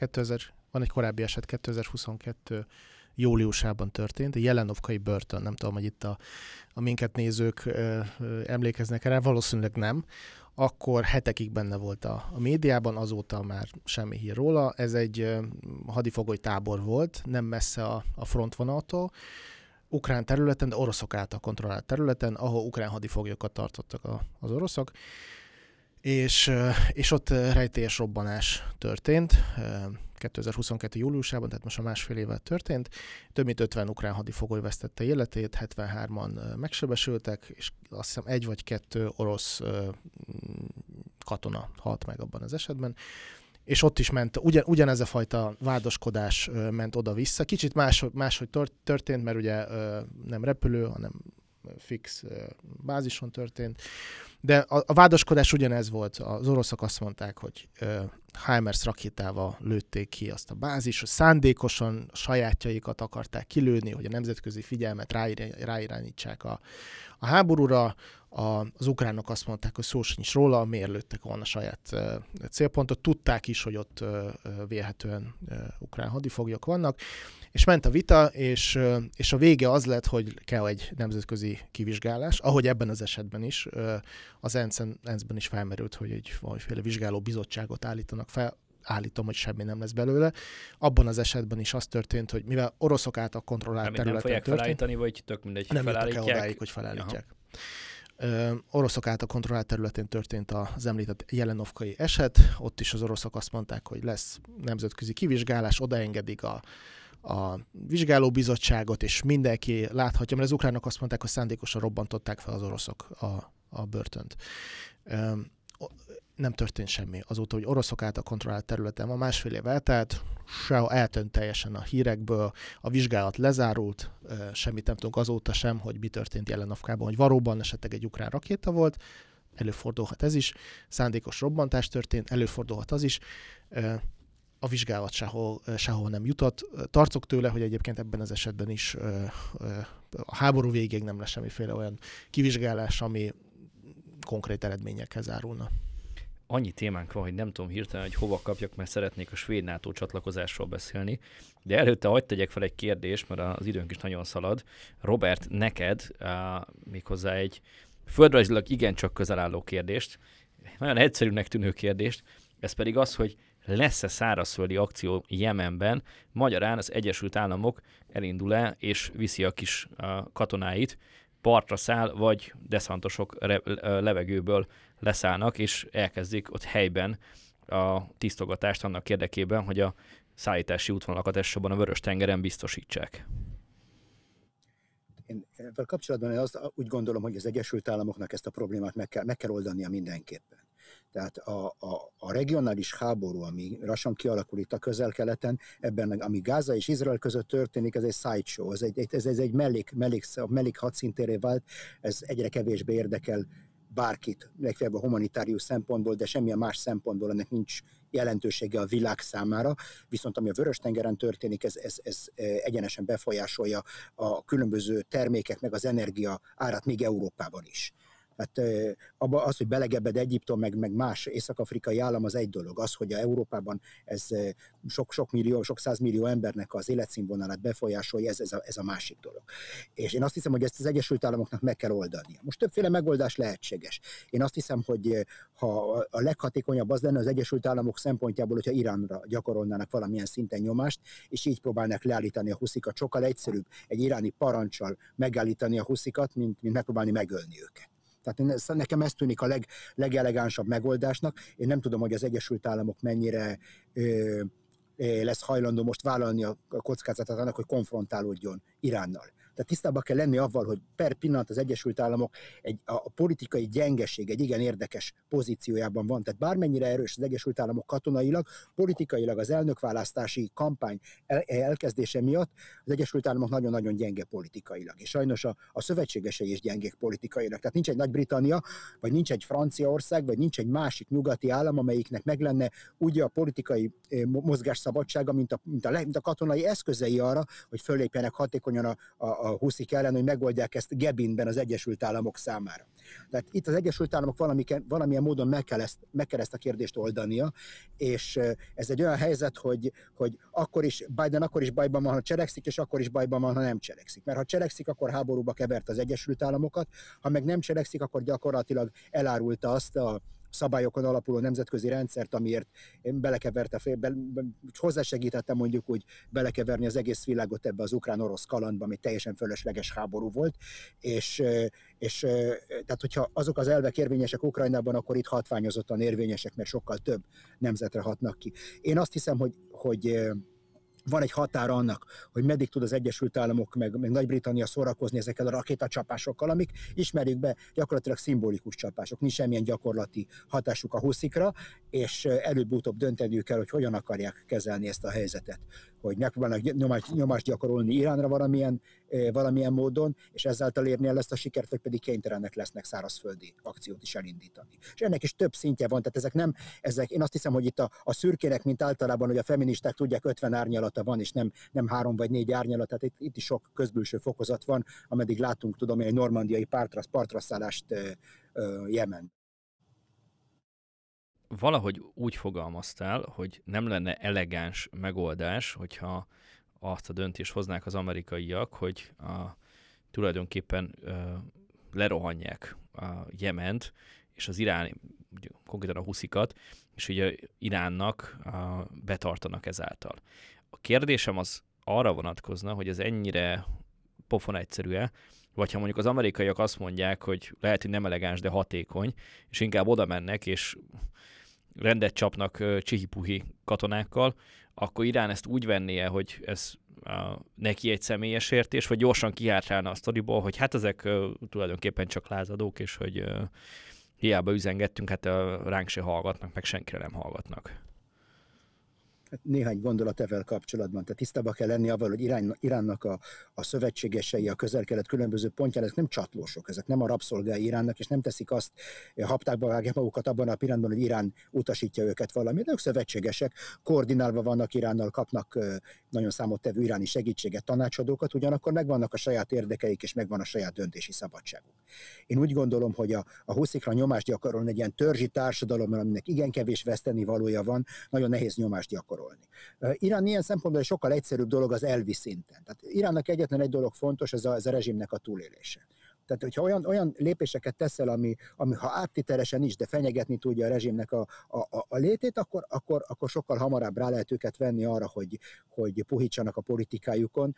S3: 2022 júliusában történt, a Jelenovkai börtön, nem tudom, hogy itt a minket nézők emlékeznek erre, valószínűleg nem. Akkor hetekig benne volt a médiában, azóta már semmi hír róla. Ez egy hadifogoly tábor volt, nem messze a frontvonaltól. ukrán területen, de oroszok által kontrollált területen, ahol ukrán hadifoglyokat tartottak az oroszok, és ott rejtélyes robbanás történt. 2022. júliusában, tehát most a másfél éve történt. Több mint 50 ukrán hadifogoly vesztette életét, 73-an megsebesültek, és azt hiszem 1 vagy 2 orosz katona halt meg abban az esetben. És ott is ment, ugyanez a fajta vádoskodás ment oda-vissza. Kicsit máshogy történt, mert ugye nem repülő, hanem fix bázison történt. De a vádoskodás ugyanez volt. Az oroszok azt mondták, hogy HIMARS rakétával lőtték ki azt a bázis, szándékosan a sajátjaikat akarták kilőni, hogy a nemzetközi figyelmet ráirányítsák a háborúra. Az ukránok azt mondták, hogy szó sincs róla, miért lőttek volna saját célpontot. Tudták is, hogy ott vélhetően ukrán hadifoglyok vannak, és ment a vita, és a vége az lett, hogy kell egy nemzetközi kivizsgálás, ahogy ebben az esetben is. Az ENSZ-ben is felmerült, hogy egy valamiféle vizsgáló bizottságot állítanak fel. Állítom, hogy semmi nem lesz belőle. Abban az esetben is az történt, hogy mivel oroszok által kontrollált területen történt...
S1: Nem fogják felállítani, vagy tök mindegy,
S3: hogy felállítják? Nem odáig, hogy felállítják. Oroszok által kontrollált területén történt az említett Jelenovkai eset. Ott is az oroszok azt mondták, hogy lesz nemzetközi kivizsgálás, odaengedik a vizsgálóbizottságot, és mindenki láthatja, mert az ukránok azt mondták, hogy szándékosan robbantották fel az oroszok a börtönt. Nem történt semmi. Azóta, hogy oroszok által kontrollált területen van, másfél év eltelt, eltűnt teljesen a hírekből, a vizsgálat lezárult, semmit nem tudunk azóta sem, hogy mi történt Jelenovkában, hogy valóban esetleg egy ukrán rakéta volt, előfordulhat ez is, szándékos robbantás történt, előfordulhat az is, a vizsgálat sehol nem jutott. Tartok tőle, hogy egyébként ebben az esetben is a háború végéig nem lesz semmiféle olyan kivizsgálás, ami konkrét eredményekkel zárulna.
S1: Annyi témánk van, hogy nem tudom hirtelen, hogy hova kapjak, mert szeretnék a svéd NATO csatlakozásról beszélni, de előtte hagyd tegyek fel egy kérdést, mert az időnk is nagyon szalad. Robert, neked méghozzá egy földrajzilag igencsak közel álló kérdést, nagyon egyszerűnek tűnő kérdést, ez pedig az, hogy lesz-e szárazföldi akció Jemenben, magyarán az Egyesült Államok elindul-e és viszi a kis katonáit, partra száll, vagy deszantosok levegőből leszállnak, és elkezdik ott helyben a tisztogatást annak érdekében, hogy a szállítási útvonalakat elsősorban a Vörös-tengeren biztosítsák.
S2: Én ezzel kapcsolatban úgy gondolom, hogy az Egyesült Államoknak ezt a problémát meg kell oldania mindenképpen. Tehát a regionális háború, ami lassan kialakul itt a Közel-Keleten, ebben, ami Gáza és Izrael között történik, ez egy sideshow, ez egy mellék hadszíntéré vált, ez egyre kevésbé érdekel bárkit, legfeljebb a humanitárius szempontból, de semmilyen más szempontból ennek nincs jelentősége a világ számára, viszont ami a Vörös-tengeren történik, ez egyenesen befolyásolja a különböző termékek meg az energia árat még Európában is. Hát az, hogy belegebed Egyiptom, meg más észak-afrikai állam, az egy dolog. Az, hogy a Európában ez sok százmillió embernek az életszínvonalát befolyásolja, ez a másik dolog. És én azt hiszem, hogy ezt az Egyesült Államoknak meg kell oldania. Most többféle megoldás lehetséges. Én azt hiszem, hogy ha a leghatékonyabb az lenne az Egyesült Államok szempontjából, hogyha Iránra gyakorolnának valamilyen szinten nyomást, és így próbálnak leállítani a huszikat. Sokkal egyszerűbb egy iráni parancsal megállítani a huszikat, mint megpróbálni megölni őket. Tehát nekem ez tűnik a legelegánsabb megoldásnak. Én nem tudom, hogy az Egyesült Államok mennyire lesz hajlandó most vállalni a kockázatát annak, hogy konfrontálódjon Iránnal. Tehát tisztában kell lenni avval, hogy per pillanat az Egyesült Államok a politikai gyengeség egy igen érdekes pozíciójában van. Tehát bármennyire erős az Egyesült Államok katonailag, politikailag az elnökválasztási kampány elkezdése miatt az Egyesült Államok nagyon-nagyon gyenge politikailag. És sajnos a szövetségesei is gyengék politikailag. Tehát nincs egy Nagy-Britannia, vagy nincs egy Franciaország, vagy nincs egy másik nyugati állam, amelyiknek meg lenne úgy a politikai mozgásszabadsága, mint a katonai eszközei arra, hogy fölépjenek hatékonyan a huszik ellen, hogy megoldják ezt Gebinben az Egyesült Államok számára. Tehát itt az Egyesült Államok valamilyen módon meg kell ezt a kérdést oldania, és ez egy olyan helyzet, hogy Biden akkor is bajban van, ha cselekszik, és akkor is bajban van, ha nem cselekszik. Mert ha cselekszik, akkor háborúba kevert az Egyesült Államokat, ha meg nem cselekszik, akkor gyakorlatilag elárulta azt szabályokon alapuló nemzetközi rendszert, amiért én hozzásegítettem mondjuk úgy belekeverni az egész világot ebbe az ukrán-orosz kalandba, ami teljesen fölösleges háború volt, és tehát hogyha azok az elvek érvényesek Ukrajnában, akkor itt hatványozottan érvényesek, mert sokkal több nemzetre hatnak ki. Én azt hiszem, hogy van egy határa annak, hogy meddig tud az Egyesült Államok meg Nagy-Britannia szórakozni ezekkel a rakétacsapásokkal, amik ismerjük be gyakorlatilag szimbolikus csapások, nincs semmilyen gyakorlati hatásuk a huszikra, és előbb-utóbb dönteniük kell, hogy hogyan akarják kezelni ezt a helyzetet, hogy megpróbálnak nyomást gyakorolni Iránra valamilyen módon, és ezáltal érni el ezt a sikert, vagy pedig kénytelenek lesznek szárazföldi akciót is elindítani. És ennek is több szintje van, tehát ezek én azt hiszem, hogy itt a szürkének, mint általában, hogy a feministák tudják, 50 árnyalata van, és nem 3 vagy 4 árnyalat, tehát itt is sok közbülső fokozat van, ameddig látunk, tudom én, egy normandiai partra szállást Jemen.
S1: Valahogy úgy fogalmaztál, hogy nem lenne elegáns megoldás, hogyha azt a döntést hoznák az amerikaiak, hogy tulajdonképpen lerohanják a Jement, és az Irán, konkrétan a huszikat, és ugye Iránnak betartanak ezáltal. A kérdésem az arra vonatkozna, hogy ez ennyire pofon egyszerű-e, vagy ha mondjuk az amerikaiak azt mondják, hogy lehet, hogy nem elegáns, de hatékony, és inkább oda mennek, és rendet csapnak csihipuhi katonákkal, akkor Irán ezt úgy vennie, hogy ez neki egy személyes értés, vagy gyorsan kihátrálna a sztoriból, hogy hát ezek tulajdonképpen csak lázadók, és hogy hiába üzengettünk, hát ránk se hallgatnak, meg senkire nem hallgatnak.
S2: Néhány gondolat ezzel kapcsolatban. Tehát tisztában kell lenni avval, hogy Iránnak a szövetségesei a Közel-Kelet különböző pontján, ezek nem csatlósok, ezek nem a rabszolgái Iránnak, és nem teszik azt, haptákba vágják magukat abban a pillanatban, hogy Irán utasítja őket valamit. Ők szövetségesek, koordinálva vannak Iránnal, kapnak nagyon számottevő iráni segítséget, tanácsadókat, ugyanakkor megvannak a saját érdekeik, és megvan a saját döntési szabadságuk. Én úgy gondolom, hogy a huszikra nyomást gyakorolni egy ilyen törzsi társadalomban, aminek igen kevés vesztenivalója van, nagyon nehéz nyomást gyakorolni. Irán ilyen szempontból egy sokkal egyszerűbb dolog az elvi szinten. Tehát Iránnak egyetlen egy dolog fontos, ez a rezsimnek a túlélése. Tehát, hogyha olyan lépéseket teszel, ami ha áttételesen is, de fenyegetni tudja a rezsimnek a létét, akkor sokkal hamarabb rá lehet őket venni arra, hogy puhítsanak a politikájukon,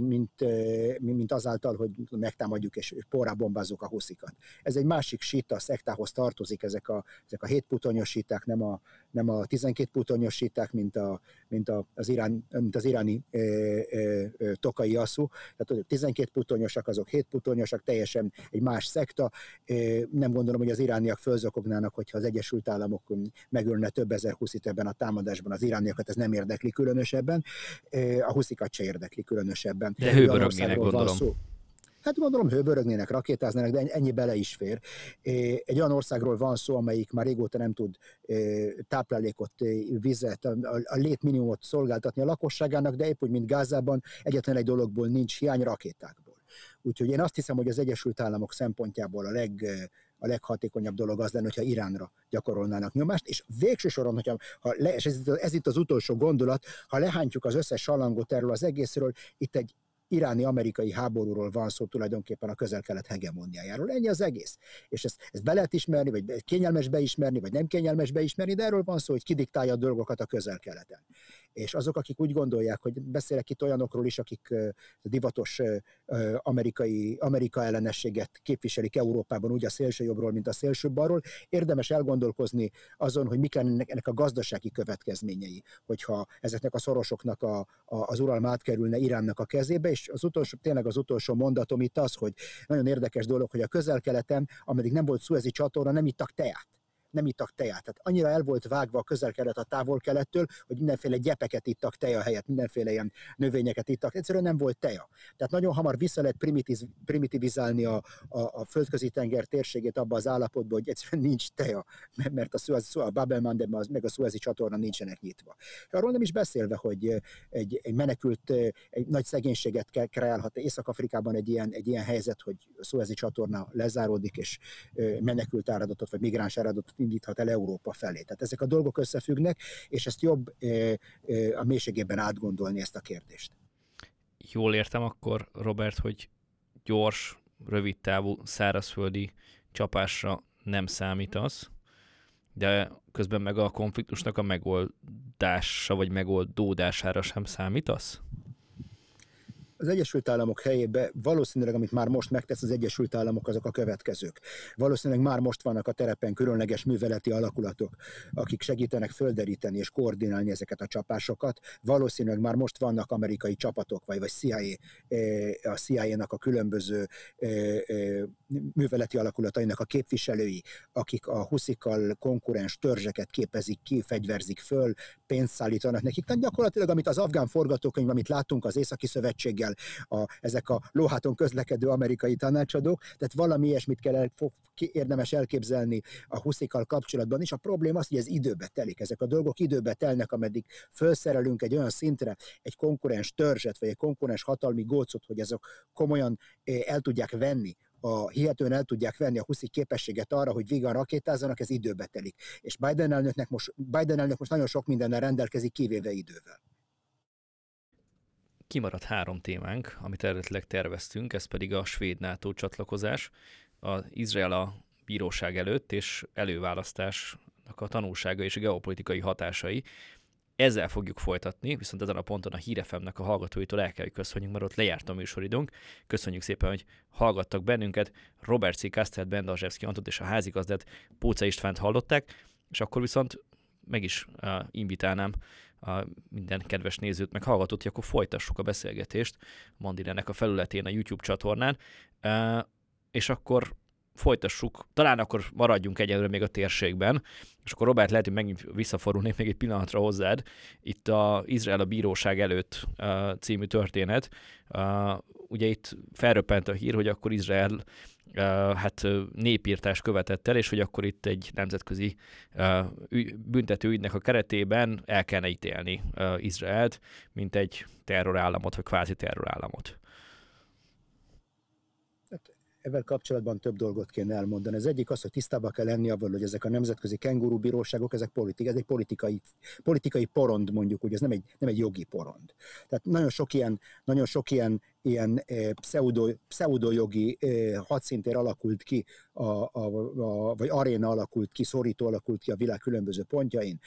S2: mint azáltal, hogy megtámadjuk és porrá bombázzuk a huszikat. Ez egy másik síta szektához tartozik, ezek a 7 putonyos síták, nem a 12 putonyos síták, mint az iráni tokai asszú. Tehát 12 putonyosak, azok 7 putonyosak, teljesen egy más szekta. Nem gondolom, hogy az irániak fölzokognának, hogyha az Egyesült Államok megölne több ezer huszit ebben a támadásban. Az irániakat ez nem érdekli különösebben, a huszikat se érdekli különösebben.
S1: De hőbörögnének, gondolom.
S2: Hát gondolom hőbörögnének, rakétáznának, de ennyi bele is fér. Egy olyan országról van szó, amelyik már régóta nem tud táplálékot, vizet, a létminimumot szolgáltatni a lakosságának, de épp úgy, mint Gázában, egyetlen egy dologból nincs hiány, rakétákból. Úgyhogy én azt hiszem, hogy az Egyesült Államok szempontjából a leghatékonyabb dolog az lenne, hogyha Iránra gyakorolnának nyomást, és végső soron, és ez itt az utolsó gondolat, ha lehántjuk az összes salangot erről az egészről, itt egy iráni-amerikai háborúról van szó, tulajdonképpen a Közel-Kelet hegemóniájáról. Ennyi az egész. És ezt be lehet ismerni, vagy kényelmes beismerni, vagy nem kényelmes beismerni, de erről van szó, hogy kidiktálja a dolgokat a Közel-Keleten. És azok, akik úgy gondolják, hogy beszélek itt olyanokról is, akik divatos Amerika ellenességet képviselik Európában, úgy a szélsőjobbról, mint a szélsőbalról, érdemes elgondolkozni azon, hogy mik lennek ennek a gazdasági következményei, hogyha ezeknek a szorosoknak az uralma átkerülne Iránnak a kezébe, és tényleg az utolsó mondatom itt az, hogy nagyon érdekes dolog, hogy a Közel-Keleten, ameddig nem volt Szuezi csatorna, nem ittak teát. Tehát annyira el volt vágva a Közel-Kelet a Távol-Kelettől, hogy mindenféle gyepeket ittak teja helyett, mindenféle ilyen növényeket ittak, egyszerűen nem volt teja. Tehát nagyon hamar vissza lehet primitivizálni a Földközi-tenger térségét abba az állapotba, hogy egyszerűen nincs teja, mert a Bab el-Mandeb meg a Szuezi csatorna nincsenek nyitva. Arról nem is beszélve, hogy egy menekült, egy nagy szegénységet kreálhat Észak-Afrikában egy ilyen helyzet, hogy a Szuezi csatorna lezáródik, és menekült áradatot vagy migráns áradatot indíthat el Európa felé. Tehát ezek a dolgok összefüggnek, és ezt jobb a mélységében átgondolni ezt a kérdést.
S1: Jól értem akkor, Robert, hogy gyors, rövidtávú, szárazföldi csapásra nem számítasz, de közben meg a konfliktusnak a megoldása vagy megoldódására sem számítasz?
S2: Az Egyesült Államok helyébe valószínűleg, amit már most megtesz az Egyesült Államok, azok a következők. Valószínűleg már most vannak a terepen különleges műveleti alakulatok, akik segítenek földeríteni és koordinálni ezeket a csapásokat. Valószínűleg már most vannak amerikai csapatok, vagy a CIA-nak a különböző műveleti alakulatainak a képviselői, akik a huszikkal konkurens törzseket képezik ki, fegyverzik föl, pénzt szállítanak nekik. Tehát gyakorlatilag, amit az afgán forgatókönyv, amit látunk az Északi Szövetséggel, ezek a lóháton közlekedő amerikai tanácsadók, tehát valami ilyesmit érdemes elképzelni a huszikkal kapcsolatban is. A probléma az, hogy ez időbe telik. Ezek a dolgok időbe telnek, ameddig felszerelünk egy olyan szintre egy konkurens törzset, vagy egy konkurens hatalmi gócot, hogy ezek komolyan el tudják venni, hihetően el tudják venni a huszik képességet arra, hogy vígan rakétázzanak, ez időbe telik. És Biden elnök most nagyon sok mindennel rendelkezik, kivéve idővel.
S1: Kimaradt 3 témánk, amit eredetileg terveztünk, ez pedig a svéd NATO csatlakozás, az Izrael a bíróság előtt és előválasztásnak a tanulsága és a geopolitikai hatásai. Ezzel fogjuk folytatni, viszont ezen a ponton a Hír FM-nek a hallgatóitól el kell, hogy köszönjük, mert ott lejárt a műsoridőnk. Köszönjük szépen, hogy hallgattak bennünket. Robert C. Kastelt, Bendazsevszki Antot és a házigazdát, Póca Istvánt hallották, és akkor viszont meg is invitálnám minden kedves nézőt, meg hallgatót, hogy akkor folytassuk a beszélgetést Mandilennek a felületén, a YouTube csatornán, és akkor folytassuk, talán akkor maradjunk egyelőre még a térségben, és akkor Robert, lehet, hogy megint visszafordulnék még egy pillanatra hozzád. Itt az Izrael a bíróság előtt című történet. Ugye itt felröppent a hír, hogy akkor Izrael népírtást követett el, és hogy akkor itt egy nemzetközi büntetőügynek a keretében el kellene ítélni Izraelt, mint egy terrorállamot, vagy kvázi terrorállamot.
S2: Ezzel kapcsolatban több dolgot kéne elmondani. Az egyik az, hogy tisztában kell lenni avval, hogy ezek a nemzetközi kengurubíróságok, ez egy politikai porond, mondjuk, ugye ez nem egy jogi porond. Tehát nagyon sok ilyen pseudojogi hadszintér alakult ki, vagy aréna alakult ki, szorító alakult ki a világ különböző pontjain.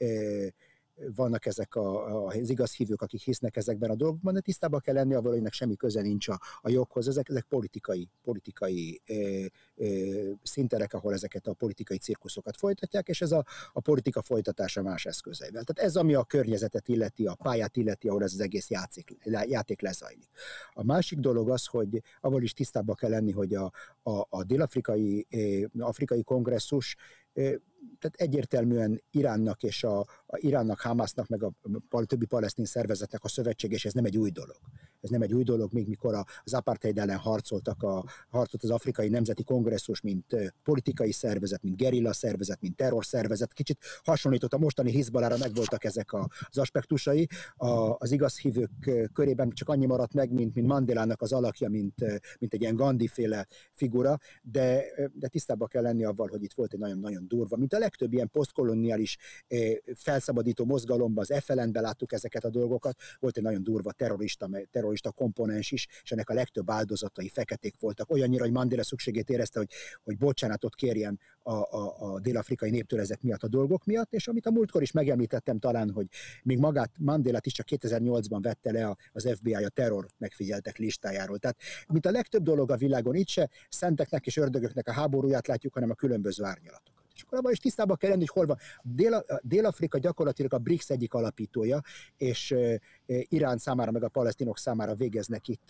S2: Vannak ezek az igaz hívők, akik hisznek ezekben a dolgokban, de tisztában kell lenni avval, hogy ennek semmi köze nincs a joghoz. Ezek politikai szinterek, ahol ezeket a politikai cirkuszokat folytatják, és ez a politika folytatása más eszközeivel. Tehát ez, ami a környezetet illeti, a pályát illeti, ahol ez az egész játék lezajlik. A másik dolog az, hogy avval is tisztában kell lenni, hogy a dél-afrikai kongresszus tehát egyértelműen Iránnak és a Iránnak, Hamásznak, meg a többi palesztin szervezetnek a szövetség, és ez nem egy új dolog. Ez nem egy új dolog, még mikor az apartheid ellen harcolt az Afrikai Nemzeti Kongresszus, mint politikai szervezet, mint gerilla szervezet, mint terrorszervezet. Kicsit hasonlított a mostani Hizballára, megvoltak ezek az aspektusai. Az igaz hívők körében csak annyi maradt meg, mint Mandelának az alakja, mint egy ilyen Gandhi-féle figura, de tisztában kell lenni avval, hogy itt volt egy nagyon-nagyon durva, mint a legtöbb ilyen posztkoloniális felszabadító mozgalomban, az FLN-ben láttuk ezeket a dolgokat, volt egy nagyon durva terrorista komponens is, és ennek a legtöbb áldozatai feketék voltak. Olyannyira, hogy Mandela szükségét érezte, hogy bocsánatot kérjen a dél-afrikai néptől ezek miatt a dolgok miatt, és amit a múltkor is megemlítettem talán, hogy még magát Mandelát is csak 2008-ban vette le az FBI a terror megfigyeltek listájáról. Tehát, mint a legtöbb dolog a világon, itt se szenteknek és ördögöknek a háborúját látjuk, hanem a különböző árnyalatokat. És akkor abban is tisztában kell lenni, hogy hol van. Dél-Afrika gyakorlatilag a BRICS egyik alapítója, és Irán számára, meg a palesztinok számára végeznek itt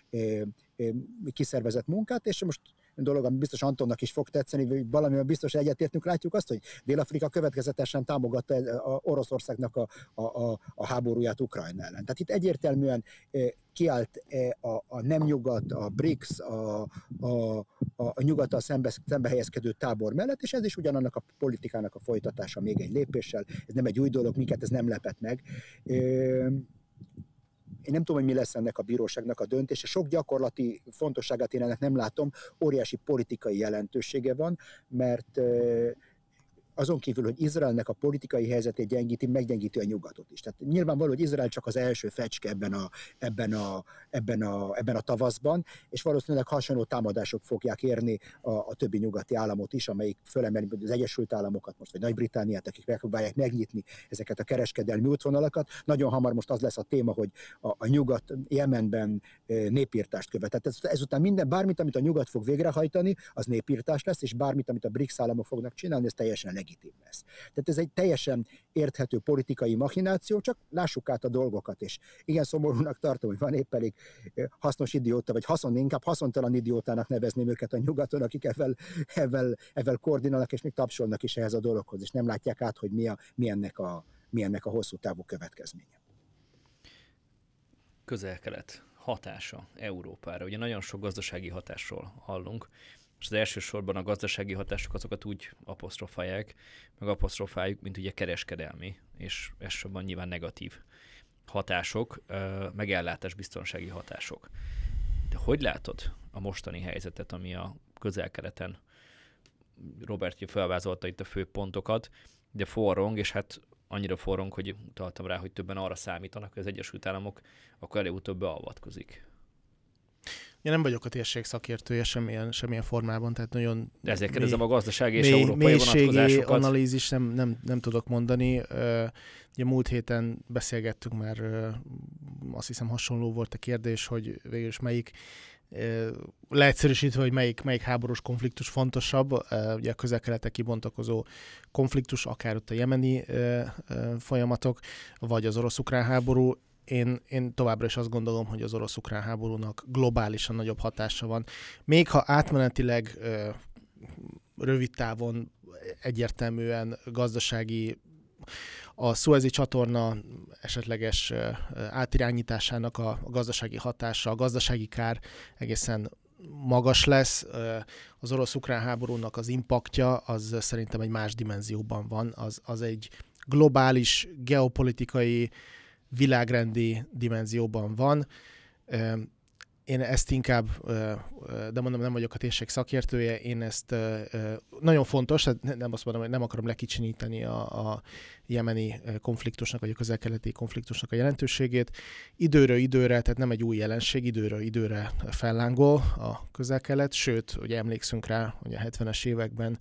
S2: kiszervezett munkát, és most dolog, ami biztos Antonnak is fog tetszeni, hogy valamivel biztos egyetértünk, látjuk azt, hogy Dél-Afrika következetesen támogatta Oroszországnak a háborúját Ukrajna ellen. Tehát itt egyértelműen kiállt a nem nyugat, a BRICS, a nyugattal szembe helyezkedő tábor mellett, és ez is ugyanannak a politikának a folytatása még egy lépéssel. Ez nem egy új dolog, minket ez nem lepett meg. Én nem tudom, hogy mi lesz ennek a bíróságnak a döntése. Sok gyakorlati fontosságát én ennek nem látom. Óriási politikai jelentősége van, mert azon kívül, hogy Izraelnek a politikai helyzetét gyengíti, meggyengíti a nyugatot is. Tehát nyilvánvaló, hogy Izrael csak az első fecske ebben a tavaszban, és valószínűleg hasonló támadások fogják érni a többi nyugati államot is, amelyik fölemeli az Egyesült Államokat most, vagy Nagy-Britanniát, akik megpróbálják megnyitni ezeket a kereskedelmi útvonalakat. Nagyon hamar most az lesz a téma, hogy a nyugat Jemenben népírtást követ. Tehát ezután bármit, amit a nyugat fog végrehajtani, az népírtás lesz, és bármit, amit a BRICS államok fognak csinálni, ez teljesen legitim lesz. Tehát ez egy teljesen érthető politikai machináció, csak lássuk át a dolgokat, és igen szomorúnak tartom, hogy van épp elég hasznos idióta, vagy inkább haszontalan idiótának nevezném őket a nyugaton, akik ezzel koordinálnak, és még tapsolnak is ehhez a dologhoz, és nem látják át, hogy mi ennek a hosszú távú következménye.
S1: Közel-kelet hatása Európára. Ugye nagyon sok gazdasági hatásról hallunk, és az elsősorban a gazdasági hatások azokat úgy apostrofáljuk, mint ugye kereskedelmi, és elsősorban nyilván negatív hatások, meg ellátásbiztonsági hatások. De hogy látod a mostani helyzetet, ami a közel-keleten, Robert felvázolta itt a fő pontokat, de forrong, és hát annyira forrong, hogy utaltam rá, hogy többen arra számítanak, hogy az Egyesült Államok akkor előbb-utóbb beavatkozik.
S3: Én nem vagyok a térség szakértője semmilyen formában, tehát nagyon...
S1: De ezért kérdezem a gazdasági és európai vonatkozásokat.
S3: Analízis nem tudok mondani. Ugye múlt héten beszélgettünk, mert azt hiszem hasonló volt a kérdés, hogy végül is melyik leegyszerűsítve, hogy melyik háborús konfliktus fontosabb, ugye a közel-keleten kibontakozó konfliktus, akár ott a jemeni folyamatok, vagy az orosz-ukrán háború. Én továbbra is azt gondolom, hogy az orosz-ukrán háborúnak globálisan nagyobb hatása van. Még ha átmenetileg rövid távon egyértelműen gazdasági, a Szuezi csatorna esetleges átirányításának a gazdasági hatása, a gazdasági kár egészen magas lesz. Az orosz-ukrán háborúnak az impaktja az szerintem egy más dimenzióban van. Az egy globális, geopolitikai, világrendi dimenzióban van. Én ezt inkább, de mondom, nem vagyok a térség szakértője, én ezt nagyon fontos, nem azt mondom, hogy nem akarom lekicsinyíteni a jemeni konfliktusnak, vagy a közel-keleti konfliktusnak a jelentőségét. Időről időre, tehát nem egy új jelenség, időről időre fellángol a közel-kelet, sőt, ugye emlékszünk rá, hogy a 70-es években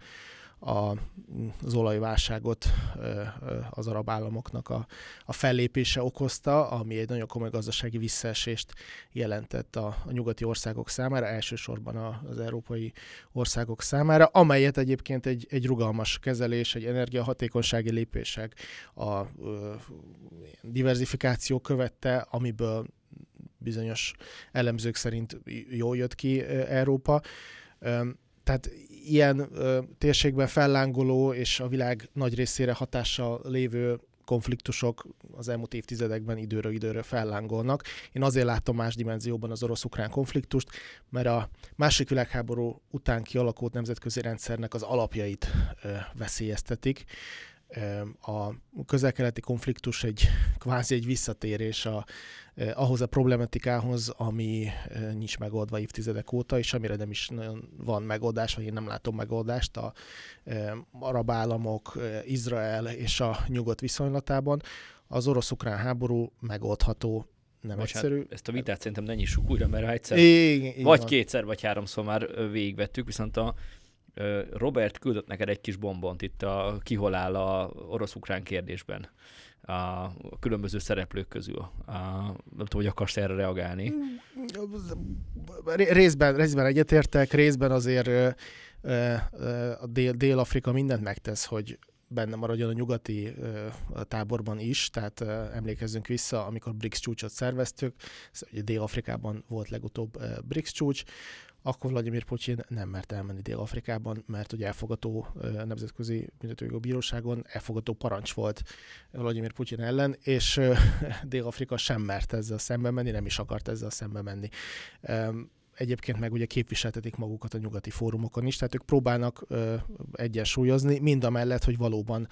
S3: az olajválságot az arab államoknak a fellépése okozta, ami egy nagyon komoly gazdasági visszaesést jelentett a nyugati országok számára, elsősorban az európai országok számára, amelyet egyébként egy rugalmas kezelés, egy energiahatékonysági lépések, a diverzifikáció követte, amiből bizonyos elemzők szerint jól jött ki Európa. Tehát ilyen térségben fellángoló és a világ nagy részére hatással lévő konfliktusok az elmúlt évtizedekben időről időre fellángolnak. Én azért látom más dimenzióban az orosz-ukrán konfliktust, mert a második világháború után kialakult nemzetközi rendszernek az alapjait veszélyeztetik. A közel-keleti konfliktus kvázi egy visszatérés ahhoz a problematikához, ami nincs megoldva évtizedek óta, és amire nem is nagyon van megoldás, vagy én nem látom megoldást a arab államok, Izrael és a nyugat viszonylatában. Az orosz-ukrán háború megoldható, nem egyszerű.
S1: Ezt a vitát szerintem ne nyissuk újra, mert egyszer, vagy kétszer, vagy háromszor már végigvettük, viszont a Robert küldött neked egy kis bombont itt ki hol áll a orosz-ukrán kérdésben a különböző szereplők közül. Nem tudom, hogy akarsz erre reagálni.
S3: Részben egyetértek, részben azért a Dél-Afrika mindent megtesz, hogy benne maradjon a nyugati táborban is, tehát emlékezzünk vissza, amikor BRICS csúcsot szerveztük, Dél-Afrikában volt legutóbb BRICS csúcs, akkor Vladimir Putyin nem mert elmenni Dél-Afrikában, mert ugye elfogató nemzetközi büntetőjogi bíróságon elfogató parancs volt Vladimir Putyin ellen, és Dél-Afrika sem mert ezzel szembe menni, nem is akart ezzel szembe menni. Egyébként meg ugye képviseltetik magukat a nyugati fórumokon is, tehát ők próbálnak egyensúlyozni, mindamellett, hogy valóban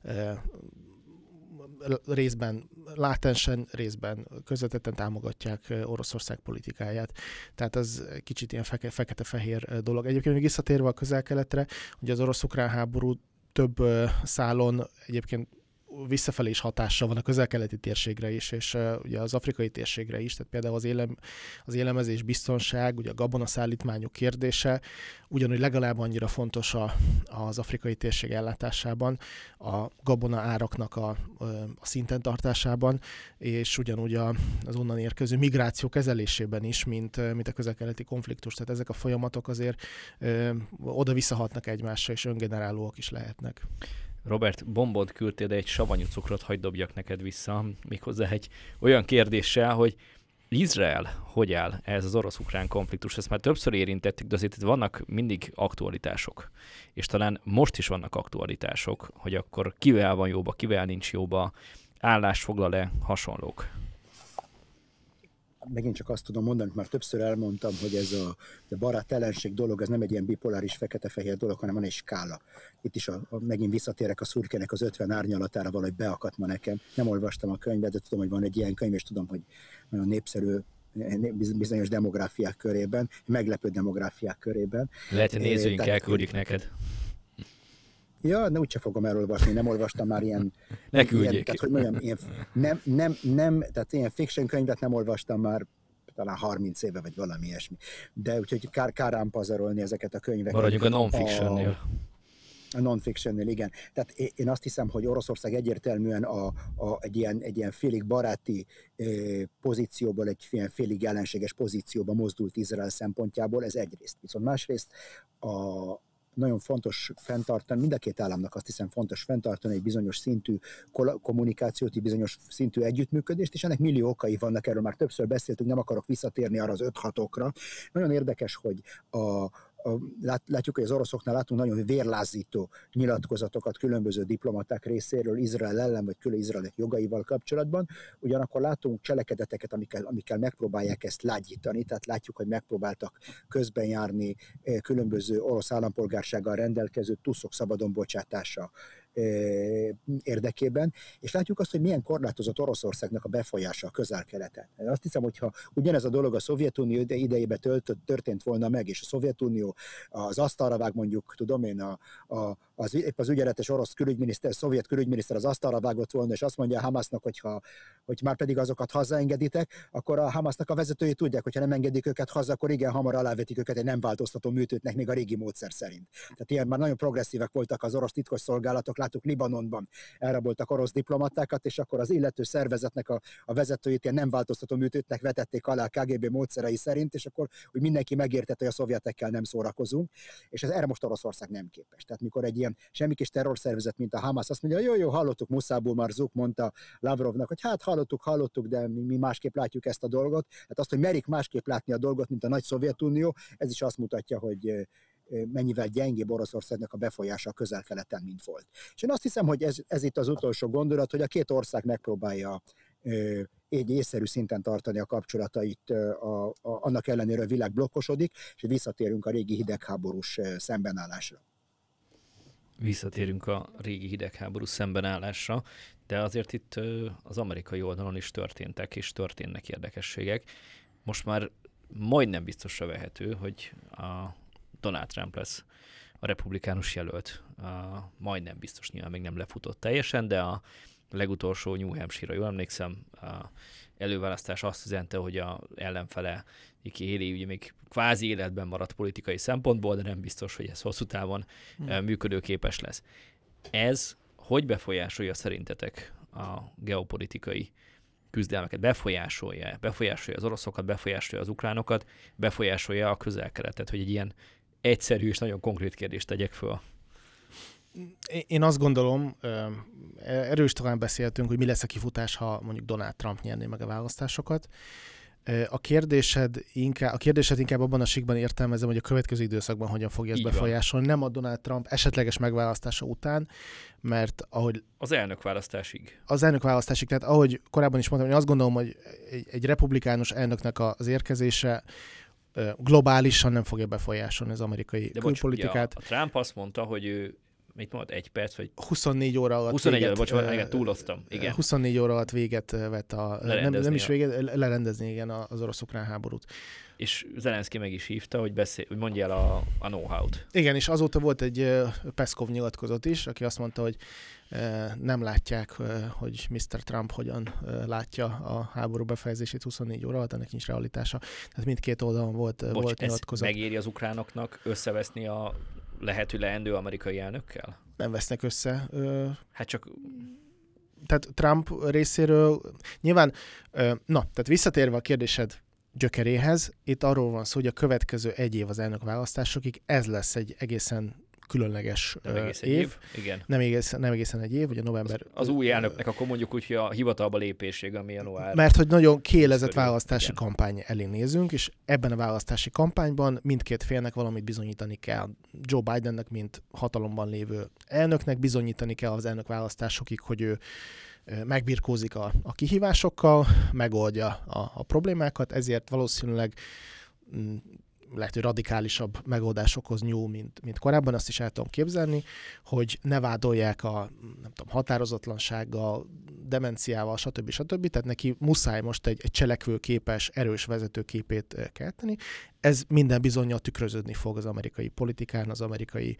S3: részben látensen, részben közvetetten támogatják Oroszország politikáját. Tehát ez kicsit ilyen fekete-fehér dolog. Egyébként még visszatérve a közel-keletre, hogy az orosz-ukrán háború több szálon egyébként visszafelé is hatással van a közel-keleti térségre is, és ugye az afrikai térségre is, tehát például az élelmezés biztonság, ugye a gabonaszállítmányok kérdése, ugyanúgy legalább annyira fontos az afrikai térség ellátásában, a gabona áraknak a szinten tartásában, és ugyanúgy az onnan érkező migráció kezelésében is, mint a közel-keleti konfliktus. Tehát ezek a folyamatok azért oda-visszahatnak egymásra, és öngenerálóak is lehetnek.
S1: Robert, bombot küldtél, de egy savanyú cukrot hadd dobjak neked vissza, méghozzá egy olyan kérdéssel, hogy Izrael hogy áll ez az orosz-ukrán konfliktus? Ezt már többször érintettük, de azért itt vannak mindig aktualitások. És talán most is vannak aktualitások, hogy akkor kivel van jóba, kivel nincs jóba, állást foglal-e, hasonlók.
S2: Megint csak azt tudom mondani, már többször elmondtam, hogy ez a barát-ellenség dolog, ez nem egy ilyen bipoláris fekete-fehér dolog, hanem van egy skála. Itt is megint visszatérek a Szurkének az 50 árnyalatára, valahogy beakadt ma nekem. Nem olvastam a könyvet, de tudom, hogy van egy ilyen könyv, és tudom, hogy nagyon népszerű bizonyos demográfiák körében, meglepő demográfiák körében.
S1: Lehet, hogy nézőink elküldik neked.
S2: Ja, de úgyse fogom elolvasni, nem olvastam már ilyen...
S1: Ne küldjék.
S2: Tehát, hogy mondjam, tehát ilyen fiction könyvet nem olvastam már talán 30 éve, vagy valami ilyesmi. De úgyhogy kár rám pazarolni ezeket a könyveket.
S1: Maradjunk a non-fictionnél.
S2: A non-fictionnél, igen. Tehát én azt hiszem, hogy Oroszország egyértelműen egy ilyen félig baráti pozícióból, egy ilyen félig ellenséges pozícióba mozdult Izrael szempontjából, ez egyrészt. Viszont másrészt nagyon fontos fenntartani, mind a két államnak azt hiszem fontos fenntartani egy bizonyos szintű kommunikációt, egy bizonyos szintű együttműködést, és ennek millió okai vannak, erről már többször beszéltünk, nem akarok visszatérni arra az 5-6-okra. Nagyon érdekes, hogy látjuk, hogy az oroszoknál látunk nagyon vérlázító nyilatkozatokat különböző diplomaták részéről Izrael ellen, vagy külön Izraelek jogaival kapcsolatban. Ugyanakkor látunk cselekedeteket, amikkel megpróbálják ezt lágyítani, tehát látjuk, hogy megpróbáltak közben járni különböző orosz állampolgársággal rendelkező tuszok szabadon bocsátása érdekében, és látjuk azt, hogy milyen korlátozott Oroszországnak a befolyása a Közel-Keleten. Azt hiszem, hogyha ugyanez a dolog a Szovjetunió idejében történt volna meg, és a Szovjetunió az asztalra vág, mondjuk, tudom én, épp az ügyeletes orosz külügyminiszter, szovjet külügyminiszter az asztalra vágott volna, és azt mondja a Hamasnak, hogy már pedig azokat hazaengeditek, akkor a Hamasnak a vezetői tudják, hogyha nem engedik őket haza, akkor igen, hamar alávetik őket egy nem változtató műtőtnek, még a régi módszer szerint. Tehát ilyen már nagyon progresszívek voltak az orosz titkosszolgálatok, láttuk Libanonban elraboltak orosz diplomatákat, és akkor az illető szervezetnek a vezetőit ilyen nem változtató műtőtnek vetették alá a KGB módszerei szerint, és akkor úgy mindenki megértette, hogy a szovjetekkel nem szórakozunk, és erre most Oroszország nem képes. Tehát mikor egy ilyen semmi kis terrorszervezet, mint a Hamas azt mondja, jó, hallottuk, Muszából Marzuk mondta Lavrovnak, hogy hát hallottuk, de mi másképp látjuk ezt a dolgot. Hát azt, hogy merik másképp látni a dolgot, mint a nagy Szovjetunió, ez is azt mutatja, hogy mennyivel gyengébb Oroszországnak a befolyása a Közel-Keleten, mint volt. És én azt hiszem, hogy ez itt az utolsó gondolat, hogy a két ország megpróbálja egy észszerű szinten tartani a kapcsolatait, annak ellenére a világ blokkosodik, és visszatérünk a régi hidegháborús szembenállásra.
S1: Visszatérünk a régi hidegháborús szembenállásra, de azért itt az amerikai oldalon is történtek és történnek érdekességek. Most már majdnem biztosra vehető, hogy a Donald Trump lesz a republikánus jelölt. Majdnem biztos, nyilván még nem lefutott teljesen, de a legutolsó New Hampshire-ra, jól emlékszem, a előválasztás azt üzente, hogy a ellenfele Haley ugye még kvázi életben maradt politikai szempontból, de nem biztos, hogy ez hosszú távon működőképes lesz. Ez hogy befolyásolja szerintetek a geopolitikai küzdelmeket? Befolyásolja az oroszokat, befolyásolja az ukránokat, befolyásolja a Közel-Keletet, hogy egy ilyen egyszerű és nagyon konkrét kérdést tegyek föl.
S3: Én azt gondolom, erről is talán beszéltünk, hogy mi lesz a kifutás, ha mondjuk Donald Trump nyerné meg a választásokat. A kérdésed inkább abban a síkban értelmezem, hogy a következő időszakban hogyan fogja ezt befolyásolni, nem a Donald Trump esetleges megválasztása után, mert ahogy...
S1: Az elnökválasztásig.
S3: Tehát ahogy korábban is mondtam, hogy azt gondolom, hogy egy republikánus elnöknek az érkezése globálisan nem fogja befolyásolni az amerikai külpolitikát.
S1: A Trump azt mondta, hogy ő mit mondott, 1 perc, vagy
S3: 24 óra alatt
S1: 24 óra, bocsánat, igen, túloztam. Igen.
S3: 24 óra alatt véget vett nem is véget, lerendezni igen az orosz-ukrán háborút.
S1: És Zelenszky meg is hívta, hogy mondja el a know-how-t.
S3: Igen, és azóta volt egy Peszkov nyilatkozat is, aki azt mondta, hogy nem látják, hogy Mr. Trump hogyan látja a háború befejezését 24 óra alatt, ennek nincs realitása. Tehát mindkét oldalon volt nyilatkozat.
S1: Ez megéri az ukránoknak összeveszni a lehető leendő amerikai elnökkel?
S3: Nem vesznek össze.
S1: Hát csak...
S3: Tehát Trump részéről nyilván, tehát visszatérve a kérdésed gyökeréhez, itt arról van szó, hogy a következő 1 év az elnökválasztásokig ez lesz egy egészen különleges év.
S1: Igen.
S3: Nem egészen 1 év, ugye november...
S1: Az új elnöknek akkor mondjuk úgy, hogy a hivatalba lépéség, ami január...
S3: Mert hogy nagyon kiélezett választási kampány elé nézünk, és ebben a választási kampányban mindkét félnek valamit bizonyítani kell. Joe Bidennek, mint hatalomban lévő elnöknek bizonyítani kell az elnökválasztásokig, hogy ő megbirkózik a kihívásokkal, megoldja a problémákat, ezért valószínűleg lehet, hogy radikálisabb megoldásokhoz nyúl, mint korábban, azt is el tudom képzelni, hogy ne vádolják határozatlansággal, demenciával, stb. Tehát neki muszáj most egy cselekvőképes, erős vezetőképét kelteni. Ez minden bizonnyal tükröződni fog az amerikai politikán, az amerikai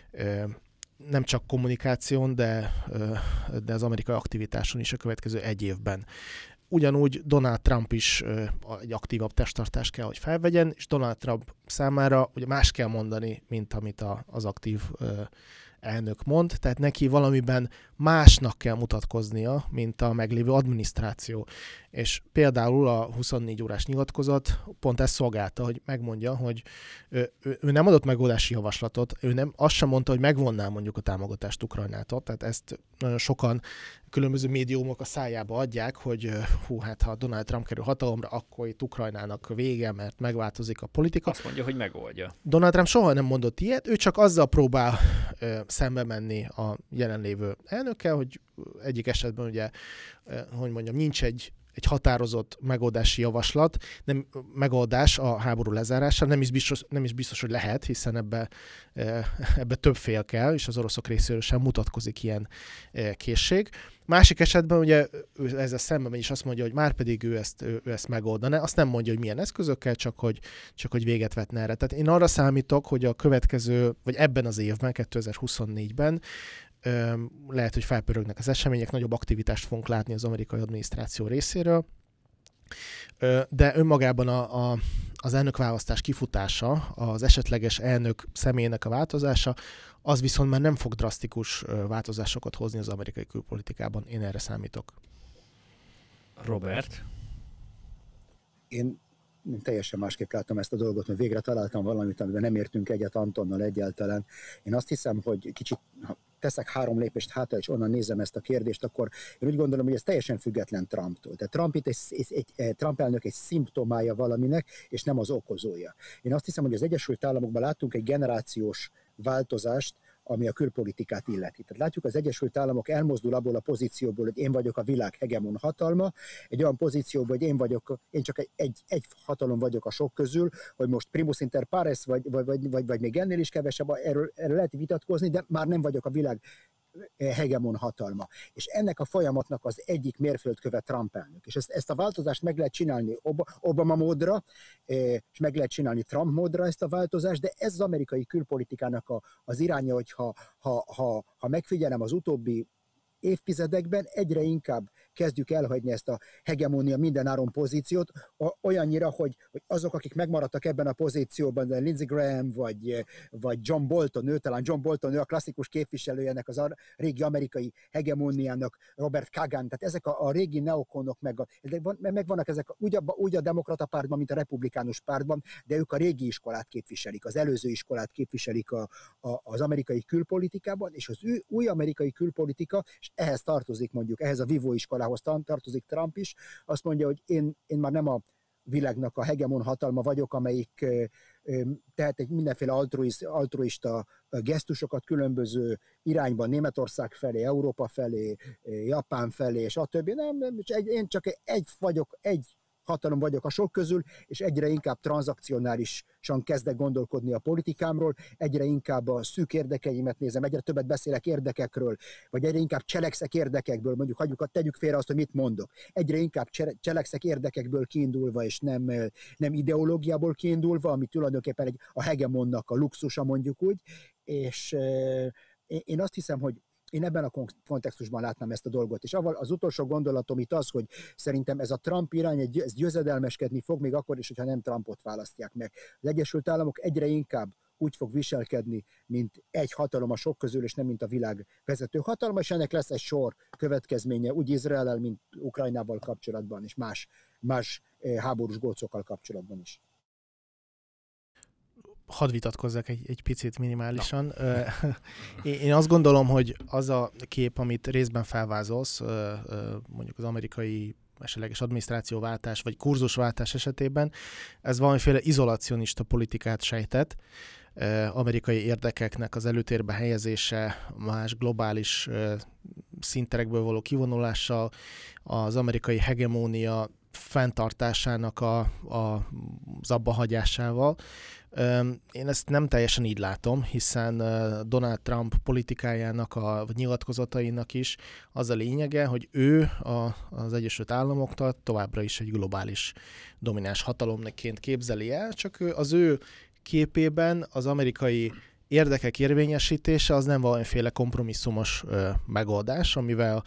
S3: nem csak kommunikáción, de az amerikai aktivitáson is a következő 1 évben. Ugyanúgy Donald Trump is egy aktívabb testtartást kell, hogy felvegyen, és Donald Trump számára ugye más kell mondani, mint amit az aktív elnök mond, tehát neki valamiben másnak kell mutatkoznia, mint a meglévő adminisztráció. És például a 24 órás nyilatkozat pont ezt szolgálta, hogy megmondja, hogy ő nem adott megoldási javaslatot, ő nem azt sem mondta, hogy megvonná mondjuk a támogatást Ukrajnától, tehát ezt nagyon sokan különböző médiumok a szájába adják, hogy ha Donald Trump kerül hatalomra, akkor itt Ukrajnának vége, mert megváltozik a politika.
S1: Azt mondja, hogy megoldja.
S3: Donald Trump soha nem mondott ilyet, ő csak azzal próbál szembe menni a jelenlévő elnökkel, hogy egyik esetben ugye, nincs egy határozott megoldási javaslat, nem megoldás a háború lezárása, nem is biztos, hogy lehet, hiszen ebbe több fél kell, és az oroszok részéről sem mutatkozik ilyen készség. Másik esetben ugye ő ezzel szemben is azt mondja, hogy már pedig ő ezt megoldaná, azt nem mondja, hogy milyen eszközökkel, csak hogy véget vetne erre. Tehát én arra számítok, hogy a következő, vagy ebben az évben, 2024-ben lehet, hogy felpörögnek az események, nagyobb aktivitást fogunk látni az amerikai adminisztráció részéről, de önmagában az elnökválasztás kifutása, az esetleges elnök személyének a változása, az viszont már nem fog drasztikus változásokat hozni az amerikai külpolitikában. Én erre számítok.
S1: Robert?
S2: Én teljesen másképp látom ezt a dolgot, mert végre találtam valamit, amiben nem értünk egyet Antonnal egyáltalán. Én azt hiszem, hogy kicsit teszek 3 lépést hátra, és onnan nézem ezt a kérdést, akkor én úgy gondolom, hogy ez teljesen független Trumptól. Tehát Trump itt Trump elnök egy szimptomája valaminek, és nem az okozója. Én azt hiszem, hogy az Egyesült Államokban láttunk egy generációs változást, ami a külpolitikát illeti. Tehát látjuk, az Egyesült Államok elmozdul abból a pozícióból, hogy én vagyok a világ hegemon hatalma, egy olyan pozícióból, hogy én csak egy hatalom vagyok a sok közül, hogy most primus inter pares, vagy még ennél is kevesebb, erről lehet vitatkozni, de már nem vagyok a világ hegemon hatalma. És ennek a folyamatnak az egyik mérföldköve Trump elnök. És ezt a változást meg lehet csinálni Obama módra, és meg lehet csinálni Trump módra ezt a változást, de ez az amerikai külpolitikának az iránya, hogy ha megfigyelem az utóbbi évtizedekben, egyre inkább kezdjük elhagyni ezt a hegemónia mindenáron pozíciót, olyannyira, hogy azok, akik megmaradtak ebben a pozícióban, de Lindsey Graham vagy John Bolton, talán John Bolton, ő a klasszikus képviselője ennek az régi amerikai hegemóniának, Robert Kagan, tehát ezek a régi neokonok, megvannak ezek úgy a demokrata pártban, mint a republikánus pártban, de ők a régi iskolát képviselik, az előző iskolát képviselik az amerikai külpolitikában, és az új amerikai külpolitika, és ehhez tartozik ehhez a vívó iskolához tartozik Trump is, azt mondja, hogy én már nem a világnak a hegemon hatalma vagyok, amelyik tehet egy mindenféle altruista gesztusokat különböző irányban, Németország felé, Európa felé, Japán felé, és a többi. Nem, én csak egy hatalom vagyok a sok közül, és egyre inkább tranzakcionálisan kezdek gondolkodni a politikámról, egyre inkább a szűk érdekeimet nézem, egyre többet beszélek érdekekről, vagy egyre inkább cselekszek érdekekből, mondjuk tegyük félre azt, hogy mit mondok. Egyre inkább cselekszek érdekekből kiindulva, és nem ideológiából kiindulva, ami tulajdonképpen a hegemonnak a luxusa, mondjuk úgy, és én azt hiszem, hogy én ebben a kontextusban látnám ezt a dolgot. És az utolsó gondolatom itt az, hogy szerintem ez a Trump irány, ez győzedelmeskedni fog, még akkor is, hogyha nem Trumpot választják meg. Az Egyesült Államok egyre inkább úgy fog viselkedni, mint egy hatalom a sok közül, és nem mint a világ vezető hatalma, és ennek lesz egy sor következménye, úgy Izraellel, mint Ukrajnával kapcsolatban, és más háborús gócokkal kapcsolatban is.
S3: Hadd vitatkozzak egy picit minimálisan. Én azt gondolom, hogy az a kép, amit részben felvázolsz, mondjuk az amerikai esetleges adminisztrációváltás vagy kurzusváltás esetében, ez valamiféle izolacionista politikát sejtett, amerikai érdekeknek az előtérbe helyezése, más globális színterekből való kivonulással, az amerikai hegemónia fenntartásának az abbahagyásával. Én ezt nem teljesen így látom, hiszen Donald Trump politikájának, vagy nyilatkozatainak is az a lényege, hogy ő az Egyesült Államokat továbbra is egy globális domináns hatalomként képzeli el, csak az ő képében az amerikai érdekek érvényesítése az nem valamiféle kompromisszumos megoldás, amivel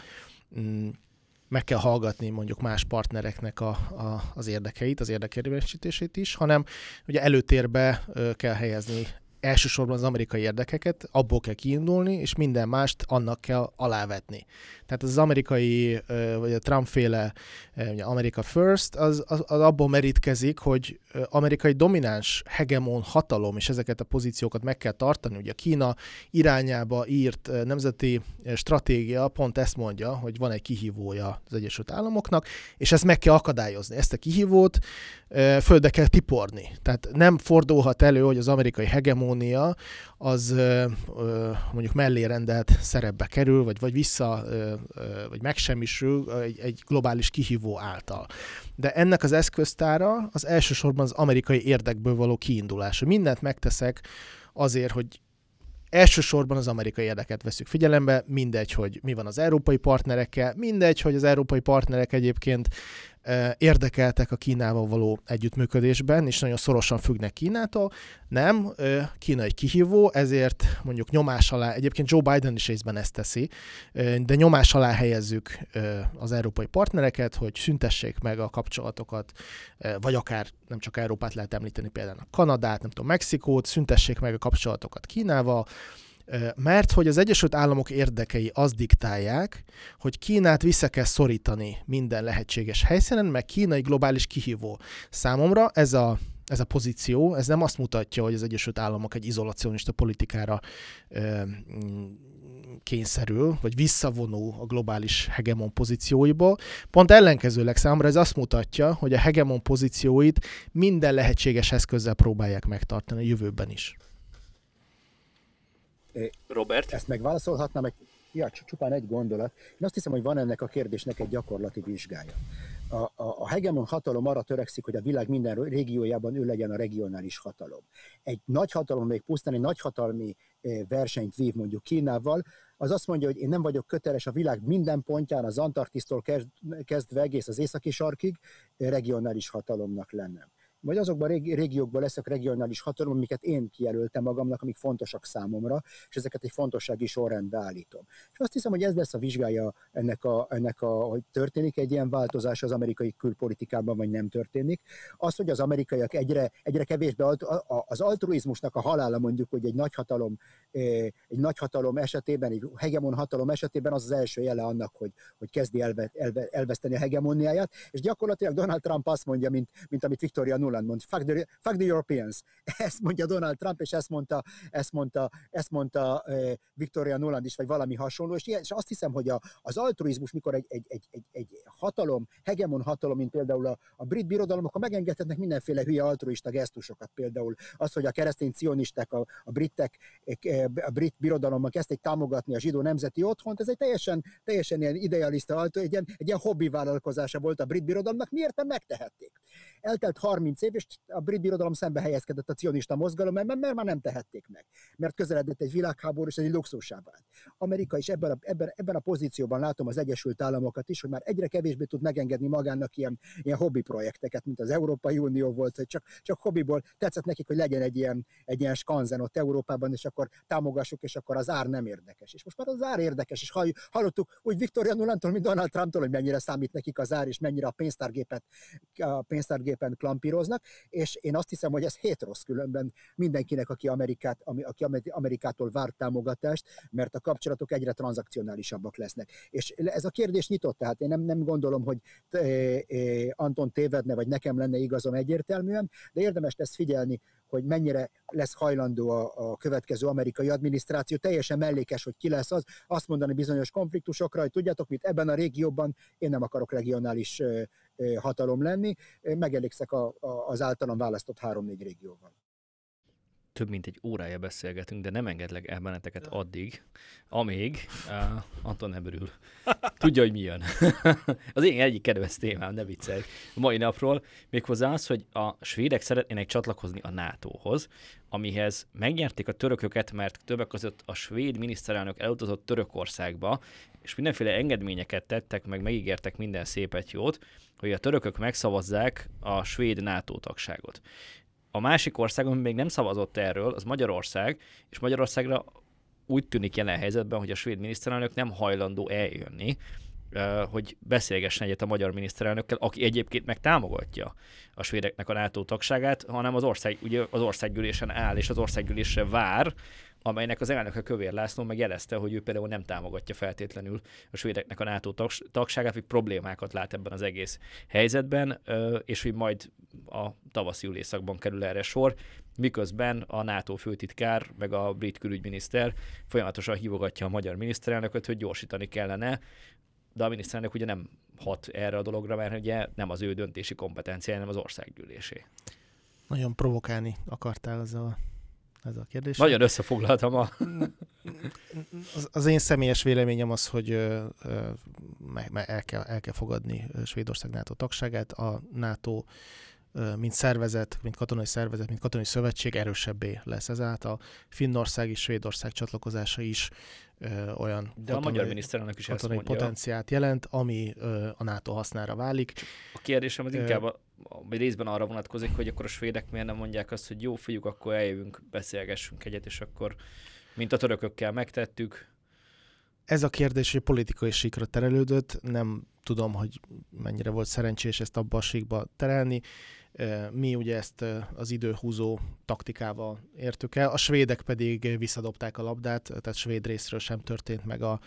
S3: meg kell hallgatni mondjuk más partnereknek az érdekeit, az érdekérvényesítését is, hanem ugye előtérbe kell helyezni elsősorban az amerikai érdekeket, abból kell kiindulni, és minden mást annak kell alávetni. Tehát az amerikai, vagy a Trump-féle America First, az abból merítkezik, hogy amerikai domináns hegemon hatalom, és ezeket a pozíciókat meg kell tartani. Ugye a Kína irányába írt nemzeti stratégia pont ezt mondja, hogy van egy kihívója az Egyesült Államoknak, és ezt meg kell akadályozni. Ezt a kihívót földbe kell tiporni. Tehát nem fordulhat elő, hogy az amerikai hegemónia az mondjuk mellérendelt szerepbe kerül, vagy vissza, vagy megsemmisül egy globális kihívó által. De ennek az eszköztára az elsősorban az amerikai érdekből való kiindulás. Mindent megteszek azért, hogy elsősorban az amerikai érdeket veszük figyelembe, mindegy, hogy mi van az európai partnerekkel, mindegy, hogy az európai partnerek egyébként érdekeltek a Kínával való együttműködésben, és nagyon szorosan függnek Kínától. Nem, Kína egy kihívó, ezért mondjuk nyomás alá, egyébként Joe Biden is részben ezt teszi, de nyomás alá helyezzük az európai partnereket, hogy szüntessék meg a kapcsolatokat, vagy akár nem csak Európát lehet említeni, például a Kanadát, nem tudom, Mexikót, szüntessék meg a kapcsolatokat Kínával, mert hogy az Egyesült Államok érdekei azt diktálják, hogy Kínát vissza kell szorítani minden lehetséges helyszínen, meg Kína egy globális kihívó. Számomra ez a pozíció, ez nem azt mutatja, hogy az Egyesült Államok egy izolacionista politikára kényszerül, vagy visszavonul a globális hegemon pozícióiból. Pont ellenkezőleg számomra ez azt mutatja, hogy a hegemon pozícióit minden lehetséges eszközzel próbálják megtartani a jövőben is.
S1: Robert?
S2: Ezt megválaszolhatnám, csupán egy gondolat. Én azt hiszem, hogy van ennek a kérdésnek egy gyakorlati vizsgája. A hegemon hatalom arra törekszik, hogy a világ minden régiójában ő legyen a regionális hatalom. Egy nagy hatalom, még pusztán egy nagyhatalmi versenyt vív mondjuk Kínával, az azt mondja, hogy én nem vagyok köteles a világ minden pontján, az Antarktisztól kezdve egész az északi sarkig regionális hatalomnak lennem. Vagy azokban a régiókban leszek regionális hatalom, amiket én kijelöltem magamnak, amik fontosak számomra, és ezeket egy fontossági sorrendbe állítom. És azt hiszem, hogy ez lesz a vizsgája ennek hogy történik egy ilyen változás az amerikai külpolitikában, vagy nem történik. Az, hogy az amerikaiak egyre kevésbé az altruizmusnak a halála, mondjuk, hogy egy nagy hatalom esetében, egy hegemon hatalom esetében az első jele annak, hogy kezdi elveszteni a hegemóniáját, és gyakorlatilag Donald Trump azt mondja, mint amit Victoria Nuland Nuland mond, fuck the Europeans. Ezt mondja Donald Trump, és ezt mondta Victoria Nuland is, vagy valami hasonló, és azt hiszem, hogy az altruizmus, mikor egy hatalom, hegemon hatalom, mint például a brit birodalom, akkor megengedhetnek mindenféle hülye altruista gesztusokat, például az, hogy a keresztény cionisták, a brit birodalomban kezdték támogatni a zsidó nemzeti otthont, ez egy teljesen ilyen idealista, egy ilyen hobbi vállalkozása volt a brit birodalomnak, miért nem megtehették? Eltelt 30 év, és a brit birodalom szembe helyezkedett a cionista mozgalom, mert már nem tehették meg. Mert közeledett egy világháború, és egy luxussá vált. Amerika is ebben a pozícióban látom az Egyesült Államokat is, hogy már egyre kevésbé tud megengedni magának ilyen hobbi projekteket, mint az Európai Unió volt, hogy csak hobbiból tetszett nekik, hogy legyen egy ilyen skanzen ott Európában, és akkor támogassuk, és akkor az ár nem érdekes. És most már az ár érdekes, és hallottuk úgy Victoria Nulandtól, mint Donald Trumptól, hogy mennyire számít nekik az ár, és mennyire a pénztárgépen klampíroznak, és én azt hiszem, hogy ez hét rossz különben mindenkinek, aki Amerikától vár támogatást, mert a kapcsolatok egyre tranzakcionálisabbak lesznek. És ez a kérdés nyitott, tehát én nem gondolom, hogy Anton tévedne, vagy nekem lenne igazam egyértelműen, de érdemes lesz figyelni, hogy mennyire lesz hajlandó a következő amerikai adminisztráció, teljesen mellékes, hogy ki lesz az, azt mondani bizonyos konfliktusokra, hogy tudjátok mit, ebben a régióban én nem akarok regionális hatalom lenni, megelégszek az általam választott 3-4 régióval.
S1: Több mint egy órája beszélgetünk, de nem engedlek el benneteket addig, amíg Anton nem örül. Tudja, hogy mi jön. Az én egyik kedvenc témám, ne viccelj, a mai napról, méghozzá az, hogy a svédek szeretnének csatlakozni a NATO-hoz, amihez megnyerték a törököket, mert többek között a svéd miniszterelnök elutazott Törökországba, és mindenféle engedményeket tettek, meg megígértek minden szépet jót, hogy a törökök megszavazzák a svéd NATO tagságot. A másik ország, ami még nem szavazott erről, az Magyarország, és Magyarországra úgy tűnik jelen helyzetben, hogy a svéd miniszterelnök nem hajlandó eljönni, hogy beszélgessen egyet a magyar miniszterelnökkel, aki egyébként meg támogatja a svédeknek a NATO tagságát, hanem az országgyűlésen áll, és az országgyűlésre vár, amelynek az elnöke Kövér László meg jelezte, hogy ő például nem támogatja feltétlenül a svédeknek a NATO tagságát, hogy problémákat lát ebben az egész helyzetben, és hogy majd a tavaszi ülésszakban kerül erre sor, miközben a NATO főtitkár, meg a brit külügyminiszter folyamatosan hívogatja a magyar miniszterelnököt, hogy gyorsítani kellene, de a miniszterelnök ugye nem hat erre a dologra, mert ugye nem az ő döntési kompetenciája, hanem az országgyűlésé. Nagyon
S3: provokálni akartál ezzel a kérdéssel.
S1: Nagyon összefoglaltam
S3: Az én személyes véleményem az, hogy el kell fogadni Svédország NATO tagságát. A NATO mint szervezet, mint katonai szervezet, mint katonai szövetség erősebbé lesz ezáltal. Finnország és Svédország csatlakozása is olyan
S1: de a magyar miniszterelnök is
S3: katonai potenciált jelent, ami a NATO hasznára válik.
S1: A kérdésem az inkább részben arra vonatkozik, hogy akkor a svédek miért nem mondják azt, hogy jó fiúk, akkor eljövünk, beszélgessünk egyet, és akkor, mint a törökökkel megtettük.
S3: Ez a kérdés, hogy politikai síkra terelődött, nem tudom, hogy mennyire volt szerencsés ezt abba a síkba terelni. Mi ugye ezt az időhúzó taktikával értük el, a svédek pedig visszadobták a labdát, tehát svéd részről sem történt meg a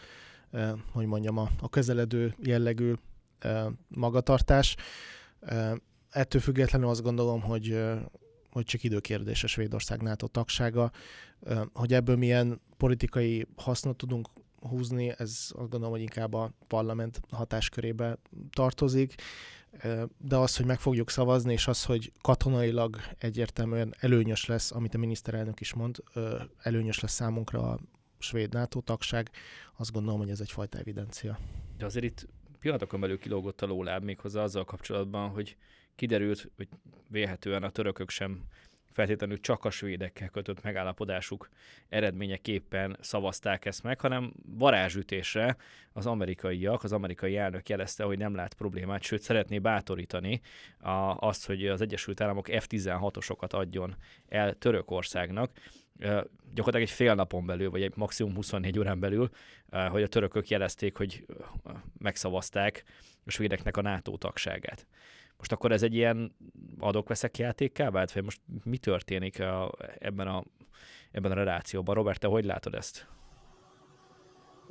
S3: közeledő jellegű magatartás. Ettől függetlenül azt gondolom, hogy csak időkérdés a Svédország NATO tagsága. Hogy ebből milyen politikai hasznot tudunk húzni, ez azt gondolom, hogy inkább a parlament hatáskörébe tartozik, de az, hogy meg fogjuk szavazni, és az, hogy katonailag egyértelműen előnyös lesz, amit a miniszterelnök is mond, előnyös lesz számunkra a svéd NATO tagság, azt gondolom, hogy ez egyfajta evidencia.
S1: De azért itt pillanatokon belül kilógott a lóláb méghozzá azzal kapcsolatban, hogy kiderült, hogy vélhetően a törökök sem feltétlenül csak a svédekkel kötött megállapodásuk eredményeképpen szavazták ezt meg, hanem varázsütésre az amerikai elnök jelezte, hogy nem lát problémát, sőt szeretné bátorítani azt, hogy az Egyesült Államok F-16-osokat adjon el Törökországnak, gyakorlatilag egy fél napon belül, vagy egy maximum 24 órán belül, hogy a törökök jelezték, hogy megszavazták a svédeknek a NATO tagságát. Most akkor ez egy ilyen adok-veszek játékká vált, vagy most mi történik ebben a relációban? Robert, te hogy látod ezt?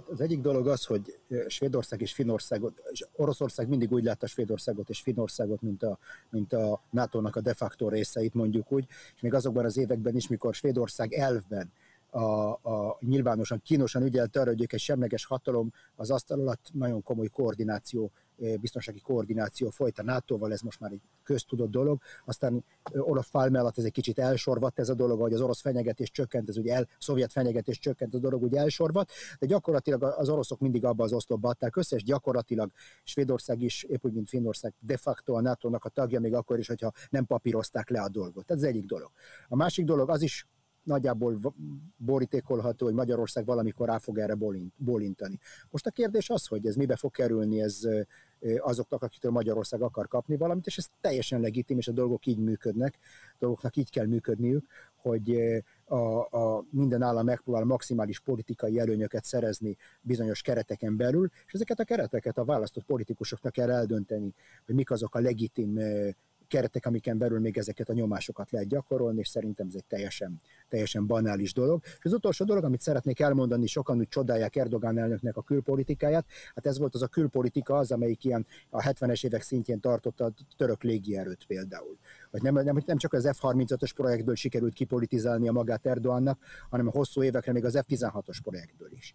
S2: Az egyik dolog az, hogy Svédország és Finnországot, és Oroszország mindig úgy látta Svédországot és Finnországot, mint a NATO-nak a de facto részeit, mondjuk úgy, és még azokban az években is, mikor Svédország elvben nyilvánosan, kínosan ügyelt arra, hogy ők egy semleges hatalom, az asztal alatt nagyon komoly koordináció, biztonsági koordináció folyt a NATO-val, ez most már egy köztudott dolog. Aztán Olof Palme alatt ez egy kicsit elsorvadt ez a dolog, hogy az orosz fenyegetés csökkent, ez ugye szovjet fenyegetés csökkent, a dolog úgy elsorvadt, de gyakorlatilag az oroszok mindig abba az oszlopba adták össze, és gyakorlatilag Svédország is, épp úgy, mint Finnország, de facto a NATO-nak a tagja, még akkor is, hogyha nem papírozták le a dolgot. Ez az egyik dolog. A másik dolog az is nagyjából borítékolható, hogy Magyarország valamikor rá fog erre bólintani. Most a kérdés az, hogy ez mibe fog kerülni, ez azoknak, akitől Magyarország akar kapni valamit, és ez teljesen legitim, és a dolgok így működnek, a dolgoknak így kell működniük, hogy minden állam megpróbál maximális politikai előnyöket szerezni bizonyos kereteken belül, és ezeket a kereteket a választott politikusoknak kell eldönteni, hogy mik azok a legitim keretek, amiken belül még ezeket a nyomásokat lehet gyakorolni, és szerintem ez egy teljesen banális dolog. És az utolsó dolog, amit szeretnék elmondani, sokan úgy csodálják Erdogan elnöknek a külpolitikáját, hát ez volt az a külpolitika az, amelyik ilyen a 70-es évek szintjén tartotta a török légierőt például. Hogy nem csak az F-35-ös projektből sikerült kipolitizálnia magát Erdogannak, hanem a hosszú évekre még az F-16-os projektből is.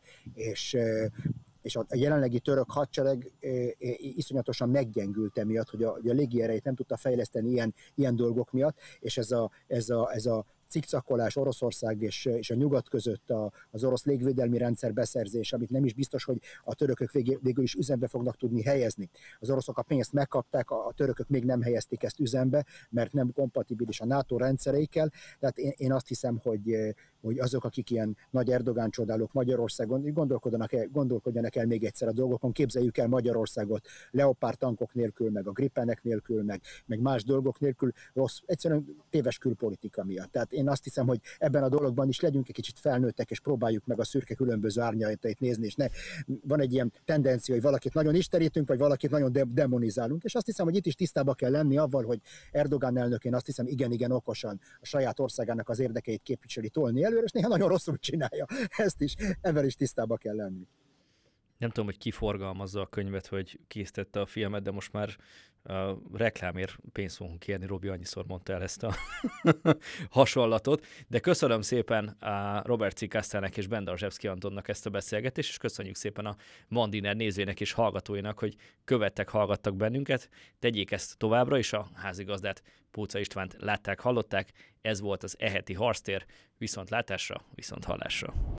S2: És a jelenlegi török hadsereg iszonyatosan meggyengült emiatt, hogy a légierejét nem tudta fejleszteni ilyen dolgok miatt, és ez a cikcakolás Oroszország és a nyugat között az orosz légvédelmi rendszer beszerzés, amit nem is biztos, hogy a törökök végül is üzembe fognak tudni helyezni. Az oroszok a pénzt megkapták, a törökök még nem helyezték ezt üzembe, mert nem kompatibilis a NATO rendszereikkel. Tehát én azt hiszem, hogy azok, akik ilyen nagy Erdogan csodálók Magyarországon, gondolkodjanak el még egyszer a dolgokon, képzeljük el Magyarországot Leopard tankok nélkül, meg a Gripenek nélkül, meg más dolgok nélkül, egyszerűen téves külpolitika miatt. Tehát én azt hiszem, hogy ebben a dologban is legyünk egy kicsit felnőttek, és próbáljuk meg a szürke különböző árnyalatait nézni, és van egy ilyen tendencia, hogy valakit nagyon istenítünk, vagy valakit nagyon demonizálunk, és azt hiszem, hogy itt is tisztába kell lenni avval, hogy Erdogan elnök, én azt hiszem, igen okosan a saját országának az érdekeit képviseli tolni előre, és néha nagyon rosszul csinálja. Ebben is tisztába kell lenni.
S1: Nem tudom, hogy ki forgalmazza a könyvet, hogy készítette a filmet, de most már reklámért pénzt fogunk kérni. Robi annyiszor mondta el ezt a hasonlatot. De köszönöm szépen Robert Cikasztának és Bendarzsevszky Antonnak ezt a beszélgetést, és köszönjük szépen a Mandiner nézőinek és hallgatóinak, hogy hallgattak bennünket. Tegyék ezt továbbra is, a házigazdát, Póca Istvánt látták, hallották. Ez volt az e-heti Harctér. Viszontlátásra, viszonthallásra.